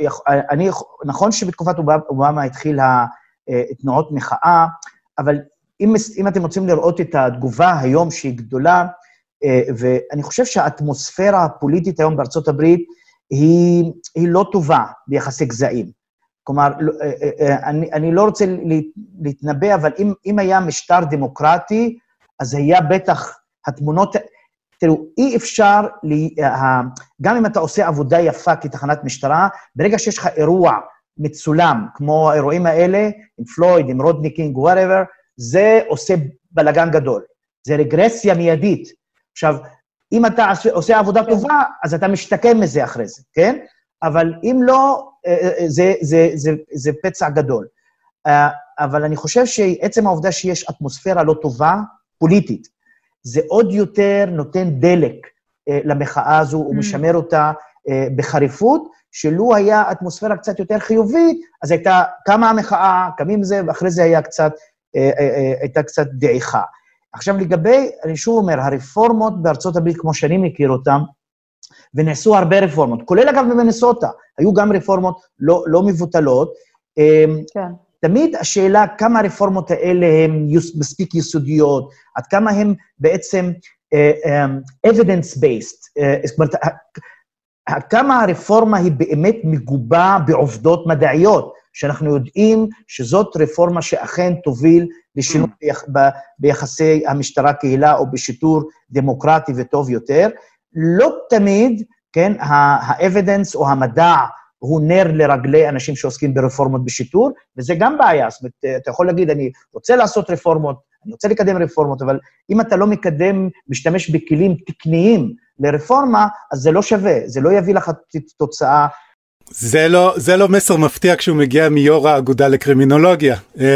נכון שבתקופת אובמה התחילה תנועות מחאה, אבל אם אתם רוצים לראות את התגובה היום שהיא גדולה, ואני חושב שהאטמוספירה הפוליטית היום בארצות הברית היא לא טובה ביחסי גזעים. כלומר, אני לא רוצה להתנבא, אבל אם היה משטר דמוקרטי, אז היה בטח התמונות, תראו, אי אפשר, גם אם אתה עושה עבודה יפה כתחנת משטרה, ברגע שיש לך אירוע מצולם, כמו האירועים האלה, עם פלויד, עם רודני קינג, whatever, זה עושה בלגן גדול. זה רגרסיה מיידית. עכשיו, אם אתה עושה עבודה טובה, אז אתה משתקם מזה אחרי זה, כן? אבל אם לא, זה פצע גדול. אבל אני חושב שעצם העובדה שיש אטמוספירה לא טובה, פוליטית, זה עוד יותר נותן דלק למחאה הזו, ומשמר אותה בחריפות, שלו היה אטמוספירה קצת יותר חיובית, אז הייתה כמה המחאה, קמים זה, ואחרי זה הייתה קצת דעיכה. עכשיו לגבי, אני שוב אומר, הרפורמות בארצות הברית, כמו שאני מכיר אותם, ונעשו הרבה רפורמות, כולל אגב במינסוטה, היו גם רפורמות לא מבוטלות, כן. תמיד השאלה כמה הרפורמות האלה הן מספיק יסודיות, עד כמה הן בעצם evidence-based, זאת אומרת, כמה הרפורמה היא באמת מגובה בעובדות מדעיות, שאנחנו יודעים שזאת רפורמה שאכן תוביל לשינוי ביחסי המשטרה קהילה או בשיטור דמוקרטי וטוב יותר. לא תמיד, כן, האבידנס או המדע הוא נר לרגלי אנשים שעוסקים ברפורמות בשיטור, וזה גם בעיה. זאת אומרת, אתה יכול להגיד, אני רוצה לעשות רפורמות, אני רוצה לקדם רפורמות, אבל אם אתה לא מקדם, משתמש בכלים תקניים לרפורמה, אז זה לא שווה, זה לא יביא לך תוצאה. זה לא מסר מפתיע כשהוא מגיע מיור האגודה לקרימינולוגיה.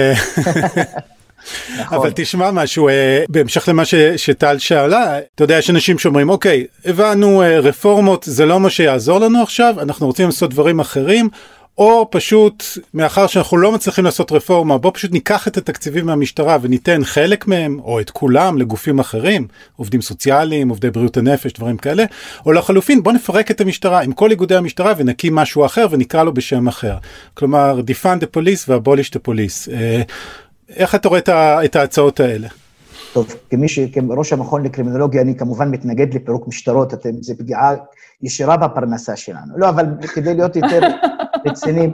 נכון. אבל תשמע משהו, בהמשך למה שטל שאלה, אתה יודע, יש אנשים שאומרים, אוקיי, הבנו רפורמות, זה לא מה שיעזור לנו עכשיו, אנחנו רוצים לעשות דברים אחרים, או פשוט, מאחר שאנחנו לא מצליחים לעשות רפורמה, בוא פשוט ניקח את התקציבים מהמשטרה וניתן חלק מהם, או את כולם, לגופים אחרים, עובדים סוציאליים, עובדי בריאות הנפש, דברים כאלה, או לחלופין, בוא נפרק את המשטרה עם כל איגודי המשטרה ונקים משהו אחר ונקרא לו בשם אחר. כלומר, defund the police והabolish the police. איך אתה רואה את ההצעות האלה? טוב, כראש המכון לקרימינולוגיה, אני כמובן מתנגד לפירוק משטרות, זה פגיעה ישירה בפרנסה שלנו. לא, אבל כדי להיות יותר רציניים,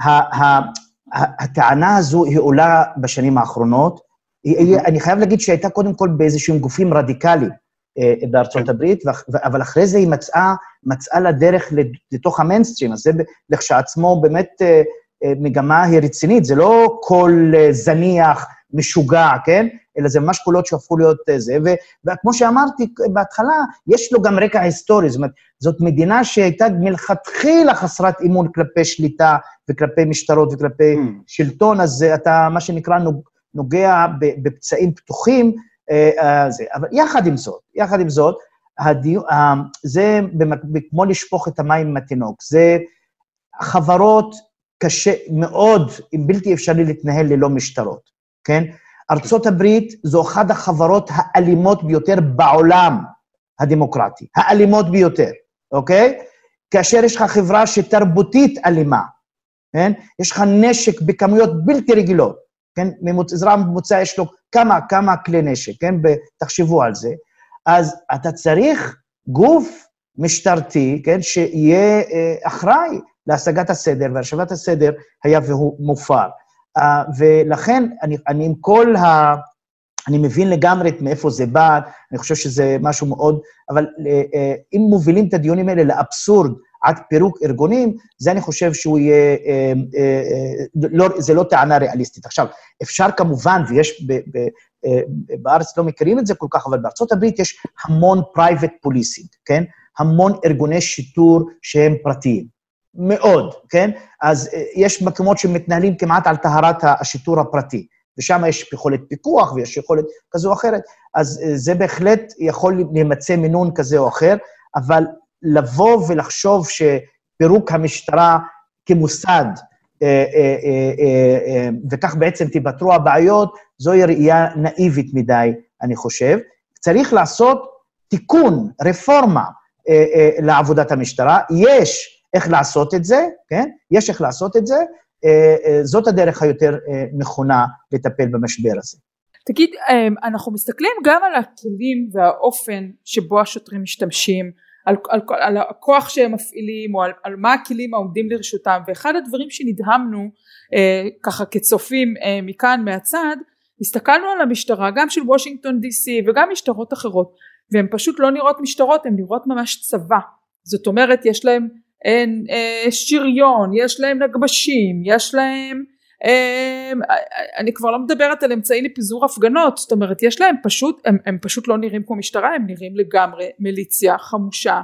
הטענה הזו היא עולה בשנים האחרונות, אני חייב להגיד שהייתה קודם כל באיזשהם גופים רדיקליים בארצות הברית, אבל אחרי זה היא מצאה לדרך לתוך המיינסטרים, אז זה לכשעצמו באמת מגמה היא רצינית, זה לא כל זניח, משוגע, כן? אלא זה ממש קולות שהפכו להיות זה, וכמו שאמרתי בהתחלה, יש לו גם רקע היסטורי, זאת אומרת, זאת מדינה שהייתה מלכתחילה חסרת אימון כלפי שליטה, וכלפי משטרות וכלפי שלטון, אז אתה, מה שנקרא, נוגע בפצעים פתוחים, אבל יחד עם זאת, זה כמו לשפוך את המים עם התינוק, זה חברות קשה מאוד, אם בלתי אפשרי להתנהל ללא משטרות, כן? ארצות הברית זו אחת החברות האלימות ביותר בעולם הדמוקרטי, האלימות ביותר, אוקיי? כאשר יש לך חברה שתרבותית אלימה, כן? יש לך נשק בכמויות בלתי רגילות, כן? אזרח ממוצע יש לו כמה כלי נשק, כן? תחשבו על זה. אז אתה צריך גוף משטרתי, כן? שיהיה אחראי להשגת הסדר, והשבת הסדר היה והוא מופר. ולכן אני מבין לגמרי מאיפה זה בא, אני חושב שזה משהו מאוד, אבל אם מובילים את הדיונים האלה לאבסורד עד פירוק ארגונים, זה אני חושב שהוא יהיה, זה לא טענה ריאליסטית. עכשיו, אפשר כמובן, ויש בארץ לא מכירים את זה כל כך, אבל בארצות הברית יש המון private policing, כן? המון ארגוני שיטור שהם פרטיים. מאוד, כן? אז יש מקומות שמתנהלים כמעט על טהרת השיטור הפרטי, ושם יש יכולת פיקוח ויש יכולת כזו או אחרת, אז זה בהחלט יכול להימצא מינון כזה או אחר, אבל לבוא ולחשוב שפירוק המשטרה כמוסד, וכך בעצם תיפתרו הבעיות, זוהי ראייה נאיבית מדי, אני חושב. צריך לעשות תיקון, רפורמה לעבודת המשטרה, יש איך לעשות את זה, כן? יש איך לעשות את זה, זאת הדרך היותר נכונה לטפל במשבר הזה. תגיד, אנחנו מסתכלים גם על הכלים והאופן שבו השוטרים משתמשים, על הכוח שהם מפעילים, או על מה הכלים העומדים לרשותם, ואחד הדברים שנדהמנו, ככה כצופים מכאן מהצד, הסתכלנו על המשטרה, גם של וושינגטון DC, וגם משטרות אחרות, והן פשוט לא נראות משטרות, הן נראות ממש צבא. זאת אומרת, יש להם שריון, יש להם נגבשים, יש להם, אני כבר לא מדברת על אמצעים לפיזור הפגנות, זאת אומרת, יש להם פשוט, הם פשוט לא נראים כמו משטרה, הם נראים לגמרי מיליציה חמושה,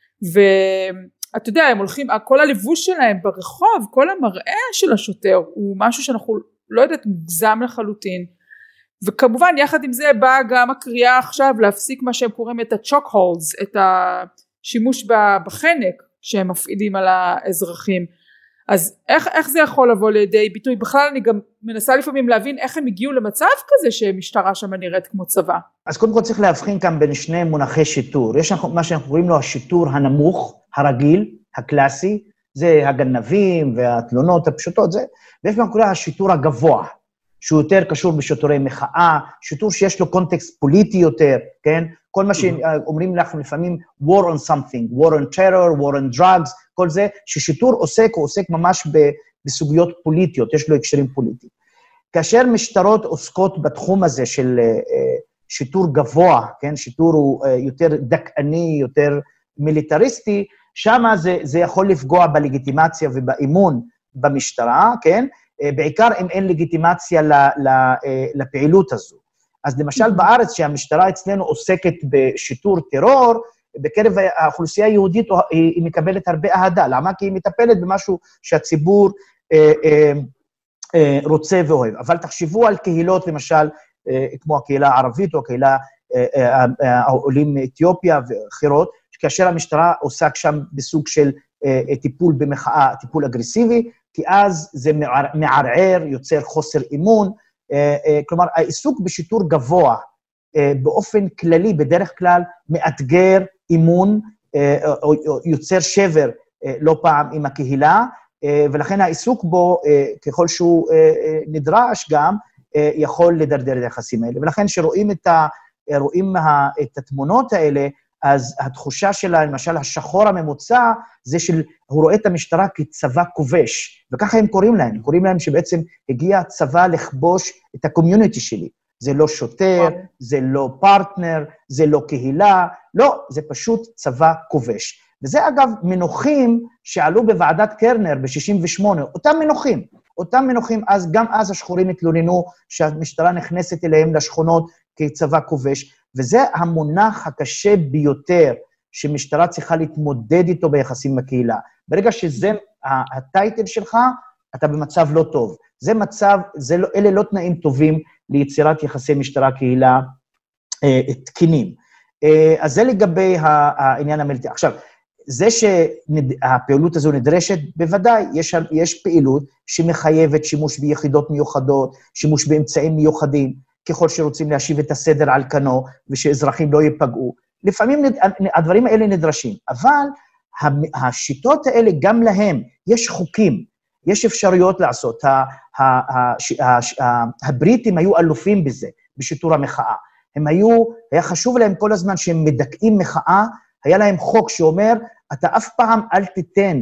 ואתה יודע, הם הולכים, כל הלבוש שלהם ברחוב, כל המראה של השוטר, הוא משהו שאנחנו לא יודעת, מוגזם לחלוטין, וכמובן יחד עם זה באה גם הקריאה עכשיו להפסיק מה שהם קוראים את ה-choke holes, את השימוש בחנק, שהם מפעילים על האזרחים. אז איך זה יכול לבוא לידי ביטוי? בכלל אני גם מנסה לפעמים להבין איך הם הגיעו למצב כזה שמשטרה שם נראית כמו צבא. אז קודם כל צריך להבחין כאן בין שני מונחי שיטור. יש מה שאנחנו קוראים לו השיטור הנמוך, הרגיל, הקלאסי, זה הגנבים והתלונות הפשוטות, זה, ויש מה קוראים השיטור הגבוה, שהוא יותר קשור בשיטורי מחאה, שיטור שיש לו קונטקסט פוליטי יותר, כן? כל מה שאומרים לך לפעמים, war on something, war on terror, war on drugs, כל זה, ששיטור עוסק, הוא עוסק ממש בסוגיות פוליטיות, יש לו הקשרים פוליטיים. כאשר משטרות עוסקות בתחום הזה של שיטור גבוה, כן? שיטור הוא יותר דכאני, יותר מיליטריסטי, שם זה יכול לפגוע בלגיטימציה ובאימון במשטרה, כן? בעיקר אם אין לגיטימציה לפעילות הזו. אז למשל בארץ, שהמשטרה אצלנו עוסקת בשיטור טרור, בקרב האוכלוסייה היהודית היא מקבלת הרבה אהדה. למה? כי היא מטפלת במשהו שהציבור רוצה ואוהב. אבל תחשבו על קהילות, למשל, כמו הקהילה הערבית או הקהילה העולים מאתיופיה ואחרות, כאשר המשטרה עושה שם בסוג של טיפול במחאה, טיפול אגרסיבי, כי אז זה מערער, יוצר חוסר אימון, כלומר, העיסוק בשיטור גבוה, באופן כללי, בדרך כלל, מאתגר אימון, יוצר שבר לא פעם עם הקהילה, ולכן העיסוק בו, ככל שהוא נדרש גם, יכול לדרדר את היחסים האלה. ולכן שרואים את התמונות האלה, אז התחושה שלה, למשל, השחור הממוצע, זה שהוא רואה את המשטרה כצבא כובש, וככה הם קוראים להם, קוראים להם שבעצם הגיע הצבא לכבוש את הקומיוניטי שלי. זה לא שוטר, זה לא פרטנר, זה לא קהילה, לא, זה פשוט צבא כובש. וזה אגב מנוחים שעלו בוועדת קרנר ב-68, אותם מנוחים, אז גם אז השחורים התלוננו שהמשטרה נכנסת אליהם לשכונות כצבא כובש, וזה המונח הקשה ביותר שמשטרה צריכה להתמודד איתו ביחסים עם הקהילה. ברגע שזה הטייטל שלך, אתה במצב לא טוב. זה מצב, אלה לא תנאים טובים ליצירת יחסי משטרה-קהילה תקינים. אז זה לגבי העניין המילטי. עכשיו, זה שהפעילות הזו נדרשת, בוודאי, יש פעילות שמחייבת שימוש ביחידות מיוחדות, שימוש באמצעים מיוחדים, ככל שרוצים להשיב את הסדר על כנו, ושאזרחים לא ייפגעו. לפעמים הדברים האלה נדרשים, אבל השיטות האלה גם להם, יש חוקים, יש אפשרויות לעשות. הבריטים היו אלופים בזה, בשיטור המחאה. היה חשוב להם כל הזמן שהם מדכאים מחאה, היה להם חוק שאומר, אתה אף פעם אל תיתן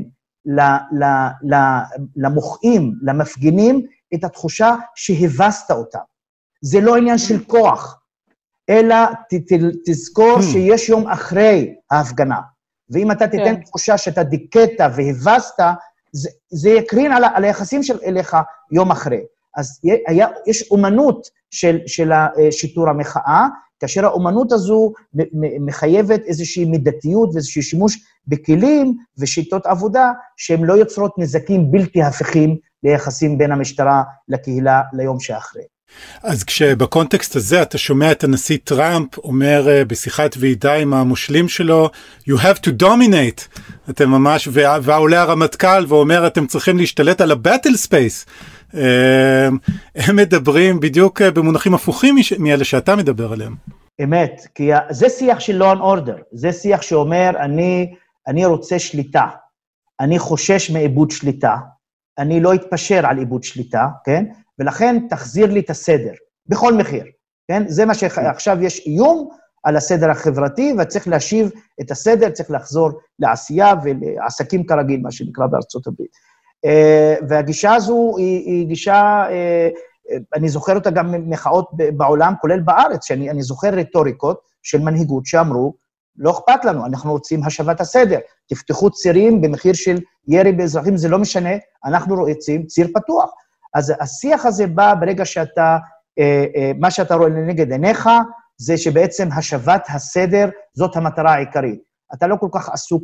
למוחים, למפגינים, את התחושה שהבסת אותם. זה לא עניין של כוח, אלא תזכור שיש יום אחרי ההפגנה. ואם אתה תיתן תחושה שאתה דיכאת והבסת, זה יקרין על היחסים אליך יום אחרי. אז יש אומנות של שיטור המחאה, כאשר האומנות הזו מחייבת איזושהי מידתיות ואיזשהו שימוש בכלים ושיטות עבודה, שהן לא יוצרות נזקים בלתי הפיכים ליחסים בין המשטרה לקהילה ליום שאחרי. אז כשבקונטקסט הזה אתה שומע את הנשיא טראמפ אומר בשיחת ועידה עם המושלים שלו, you have to dominate, אתם ממש, ועולה הרמטכ"ל ואומר, אתם צריכים להשתלט על הבטל ספייס, הם מדברים בדיוק במונחים הפוכים מאלה שאתה מדבר עליהם. אמת, כי זה שיח של law and order, זה שיח שאומר, אני רוצה שליטה, אני חושש מאיבוד שליטה, אני לא אתפשר על איבוד שליטה, כן? ולכן תחזיר לי את הסדר, בכל מחיר, כן? זה מה שעכשיו יש איום על הסדר החברתי, וצריך להשיב את הסדר, צריך לחזור לעשייה ולעסקים כרגיל, מה שנקרא בארצות הברית. והגישה הזו היא גישה, אני זוכר אותה גם ממחאות בעולם, כולל בארץ, שאני זוכר רטוריקות של מנהיגות שאמרו, לא אכפת לנו, אנחנו רוצים השבת הסדר, תפתחו צירים במחיר של ירי באזרחים, זה לא משנה, אנחנו רוצים ציר פתוח. אז השיח הזה בא ברגע שאתה, מה שאתה רואה לנגד עיניך, זה שבעצם השבת הסדר, זאת המטרה העיקרית. אתה לא כל כך עסוק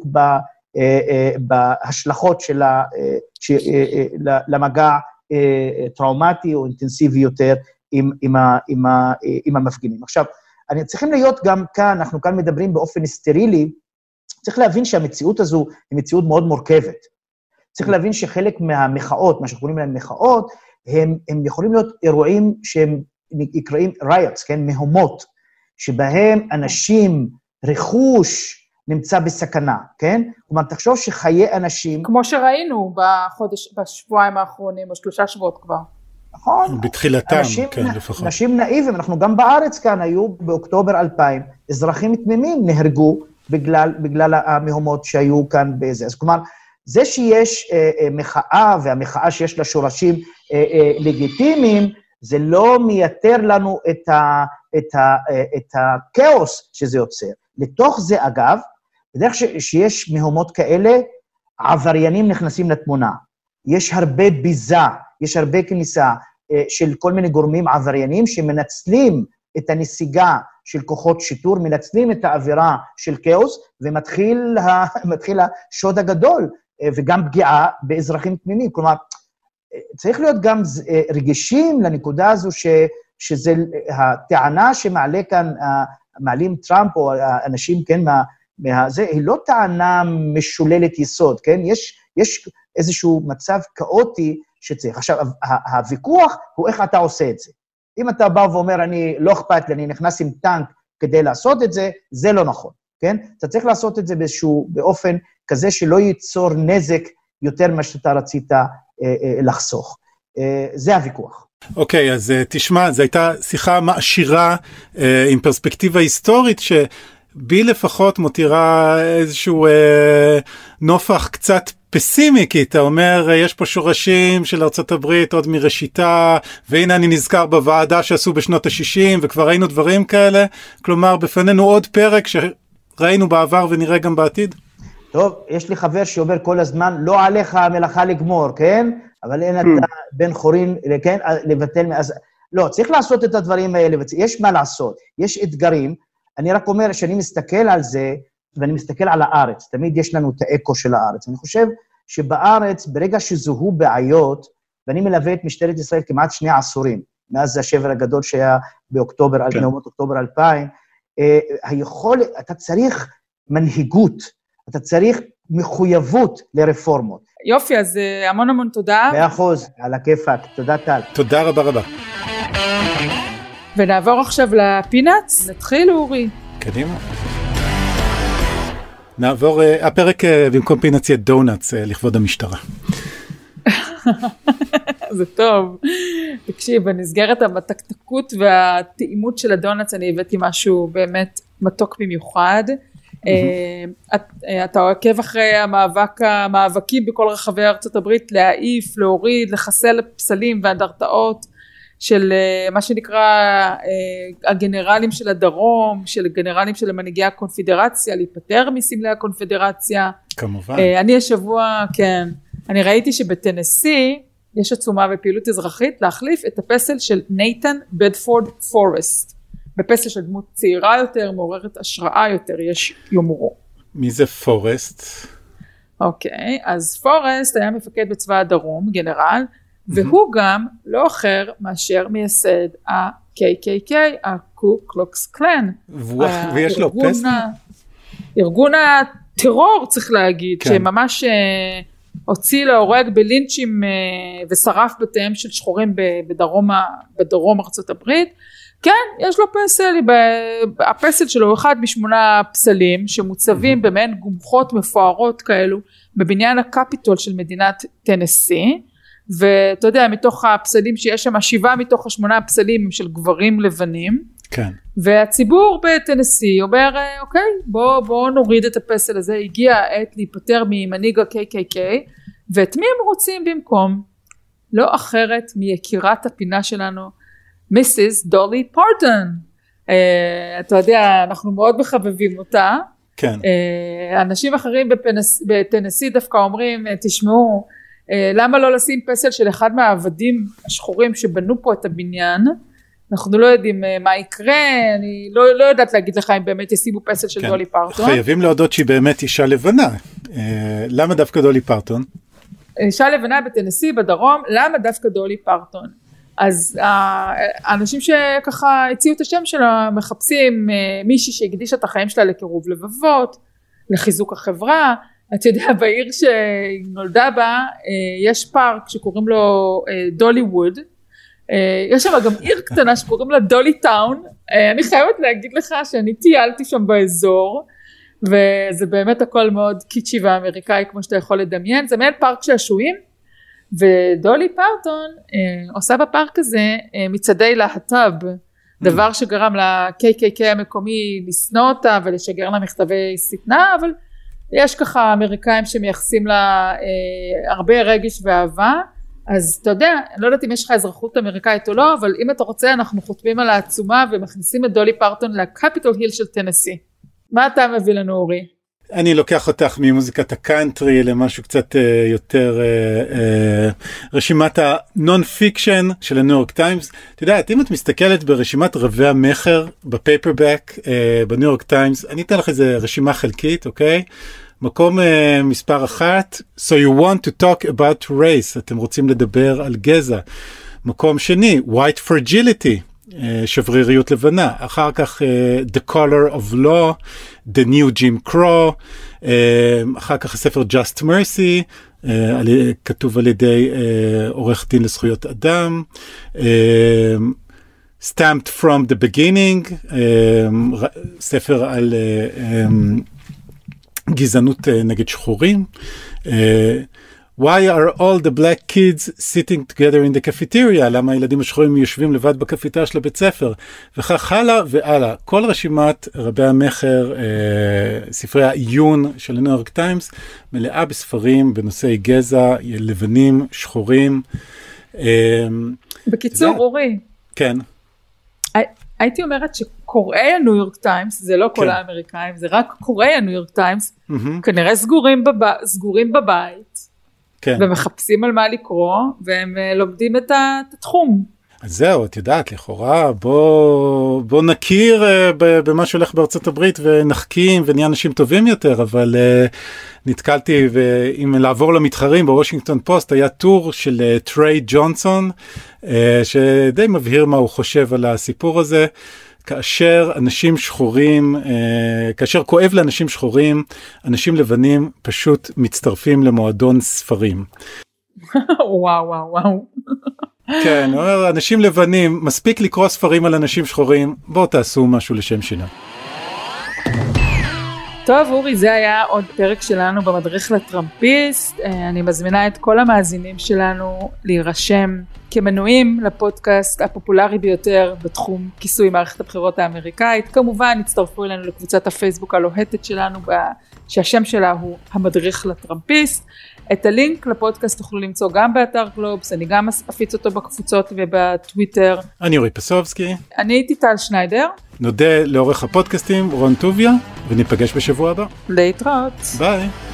בהשלכות למגע טראומטי או אינטנסיבי יותר עם המפגינים. עכשיו, צריכים להיות גם כאן, אנחנו כאן מדברים באופן סטרילי, צריך להבין שהמציאות הזו היא מציאות מאוד מורכבת. צריך להבין שחלק מהמחאות, מה שקוראים להם מחאות, הם יכולים להיות אירועים שהם נקראים riots, כן? מהומות, שבהם אנשים, רכוש, נמצא בסכנה, כן? כלומר, תחשוב שחיי אנשים... כמו שראינו בשבועיים האחרונים, או 3 שבועות כבר. נכון. בתחילתם, כן, לפחות. אנשים נאיבים, אנחנו גם בארץ כאן היו באוקטובר 2000, אזרחים תמימים נהרגו בגלל המהומות שהיו כאן בזה. אז כלומר, זה שיש מחאה, והמחאה שיש לה שורשים לגיטימיים, זה לא מייתר לנו את הכאוס שזה יוצר. לתוך זה, אגב, בדרך שיש מהומות כאלה, עבריינים נכנסים לתמונה. יש הרבה ביזה, יש הרבה כניסה של כל מיני גורמים עבריינים שמנצלים את הנסיגה של כוחות שיטור, מנצלים את האווירה של כאוס, ומתחיל השוד הגדול, וגם פגיעה באזרחים תמימים. כלומר, צריך להיות גם רגישים לנקודה הזו שזה הטענה שמעלה כאן, מעלים טראמפ או אנשים, כן, זה, היא לא טענה משוללת יסוד, כן? יש איזשהו מצב כאוטי שצריך. עכשיו, הוויכוח הוא איך אתה עושה את זה. אם אתה בא ואומר, אני לא אכפת לי, אני נכנס עם טנק כדי לעשות את זה, זה לא נכון, כן? אתה צריך לעשות את זה באופן כזה שלא ייצור נזק יותר ממה שאתה רצית לחסוך. זה הוויכוח. אוקיי, אז תשמע, זו הייתה שיחה מעשירה עם פרספקטיבה היסטורית בי לפחות מותירה איזשהו נופח קצת פסימי, כי אתה אומר, יש פה שורשים של ארצות הברית עוד מראשיתה, והנה אני נזכר בוועדה שעשו בשנות ה-60, וכבר ראינו דברים כאלה, כלומר, בפנינו עוד פרק שראינו בעבר ונראה גם בעתיד. טוב, יש לי חבר שאומר כל הזמן, לא עליך המלאכה לגמור, כן? אבל אין אתה בן חורין, כן? לבטל, אז לא, צריך לעשות את הדברים האלה, יש מה לעשות, יש אתגרים, אני רק אומר שאני מסתכל על זה, ואני מסתכל על הארץ, תמיד יש לנו את האקו של הארץ, אני חושב שבארץ, ברגע שזוהו בעיות, ואני מלווה את משטרת ישראל כמעט 2 עשורים, מאז השבר הגדול שהיה באוקטובר, נאומות אוקטובר 2000, אתה צריך מנהיגות, אתה צריך מחויבות לרפורמות. יופי, אז המון תודה. 100%, על הכיפק, תודה טל. תודה רבה רבה. ונעבור עכשיו לפינאץ, נתחיל אורי. קדימה. נעבור, הפרק במקום פינאץ יהיה דונאץ לכבוד המשטרה. זה טוב. תקשיב, במסגרת המתקתקות והטעימות של הדונאץ, אני הבאתי משהו באמת מתוק במיוחד. אתה עוקב אחרי המאבקים בכל רחבי ארצות הברית, להעיף, להוריד, לחסל פסלים ואנדרטאות של מה שנקרא הגנרלים של הדרום, של גנרלים של מנהיגי הקונפדרציה, להיפטר מסמלי הקונפדרציה. כמובן. אני השבוע, כן, אני ראיתי שבטנסי יש עצומה בפעילות אזרחית להחליף את הפסל של נייתן בדפורד פורסט, בפסל של דמות צעירה יותר, מעוררת השראה יותר, יש יומרו. מי זה פורסט? אוקיי, אז פורסט היה מפקד בצבא הדרום, גנרל, והוא גם לא אחר מאשר מייסד ה-KKK, הקו קלוקס קלן. ויש לו פסל? ארגון הטרור צריך להגיד, שממש הוציא להורג בלינצ'ים ושרף בתיהם של שחורים בדרום ארצות הברית. כן, יש לו פסל, הפסל שלו הוא אחד מ8 פסלים שמוצבים במעין גומחות מפוארות כאלו בבניין הקפיטול של מדינת טנסי, ואתה יודע, מתוך הפסלים שיש שם, 7 מתוך 8 הפסלים הם של גברים לבנים, כן. והציבור בטנסי אומר, אוקיי, בוא נוריד את הפסל הזה, הגיע העת להיפטר ממנהיג ה-KKK, ואת מי הם רוצים במקום? לא אחרת מיקירת הפינה שלנו, מיסיס דולי פרטון. אתה יודע, אנחנו מאוד מחבבים אותה. כן. אנשים אחרים בטנסי דווקא אומרים, תשמעו, למה לא לשים פסל של אחד מהעבדים השחורים שבנו פה את הבניין? אנחנו לא יודעים מה יקרה, אני לא יודעת להגיד לך אם באמת ישימו פסל של דולי פרטון. חייבים להודות שהיא באמת אישה לבנה. למה דווקא דולי פרטון? אישה לבנה בטנסי בדרום, למה דווקא דולי פרטון? אז האנשים שככה הציעו את השם שלה מחפשים מישהי שהקדישה את החיים שלה לקירוב לבבות, לחיזוק החברה. אתה יודע, בעיר שנולדה בה יש פארק שקוראים לו דולי ווד, יש שם גם עיר קטנה שקוראים לה דולי טאון. אני חייבת להגיד לך שאני טיילתי שם באזור, וזה באמת הכל מאוד קיצ'י ואמריקאי כמו שאתה יכול לדמיין, זה מעין פארק שעשועים, ודולי פרטון עושה בפארק הזה מצעדי להט"ב, דבר שגרם ל-KKK המקומי לסנוע אותה ולשגר לה מכתבי שטנה, אבל יש ככה אמריקאים שמייחסים לה הרבה רגש ואהבה. אז אתה יודע, אני לא יודעת אם יש לך אזרחות אמריקאית או לא, אבל אם אתה רוצה אנחנו חותמים על העצומה ומכניסים את דולי פרטון לקפיטול היל של טנסי. מה אתה מביא לנו אורי? אני לוקח אותך ממוזיקת הקאנטרי למשהו קצת יותר רשימת הנון פיקשן של הניו יורק טיימס. אתה יודע, אם את מסתכלת ברשימת רבי המחר בפייפרבק בניו יורק טיימס, אני אתן לך איזה רשימה חלקית, אוקיי? מקום מספר 1, So you want to talk about race, אתם רוצים לדבר על גזע. מקום שני, White Fragility, שבריריות לבנה. אחר כך The Color of Law, The New Jim Crow, אחר כך הספר Just Mercy, כתוב על ידי עורך דין לזכויות אדם, Stamped from the Beginning, ספר על גזענות נגד שחורים, Why are all the black kids sitting together in the cafeteria? למה הילדים השחורים יושבים לבד בקפיטריה של הבית ספר? וכך הלאה והלאה. כל רשימת רבי המחר, ספרי העיון של הניו יורק טיימס, מלאה בספרים בנושאי גזע, לבנים, שחורים. בקיצור, אורי. כן. הייתי אומרת שקוראי הניו יורק טיימס, זה לא כל האמריקאים, זה רק קוראי הניו יורק טיימס, כנראה סגורים בבית. כן. ומחפשים על מה לקרוא, והם לומדים את התחום. אז זהו, את יודעת, לכאורה, בוא נכיר במה שהולך בארצות הברית, ונחכים ונהיה אנשים טובים יותר, אבל נתקלתי, אם לעבור למתחרים בוושינגטון פוסט, היה טור של טריי ג'ונסון, שדי מבהיר מה הוא חושב על הסיפור הזה, כאשר אנשים שחורים, כאשר כואב לאנשים שחורים, אנשים לבנים פשוט מצטרפים למועדון ספרים. וואו. כן, אומר, אנשים לבנים, מספיק לקרוא ספרים על אנשים שחורים, בואו תעשו משהו לשם שינה. טוב, אורי, זה היה עוד פרק שלנו במדריך לטראמפיסט. אני מזמינה את כל המאזינים שלנו להירשם כמנויים לפודקאסט הפופולרי ביותר בתחום כיסוי מערכת הבחירות האמריקאית. כמובן, הצטרפו אלינו לקבוצת הפייסבוק הלוהטת שלנו, שהשם שלה הוא המדריך לטראמפיסט. את הלינק לפודקאסט תוכלו למצוא גם באתר גלובס, אני גם אפיץ אותו בקבוצות ובטוויטר. אני אורי פסובסקי. אני הייתי טל שניידר. נודה לעורך הפודקאסטים רון טוביה, וניפגש בשבוע הבא. להתראות. ביי.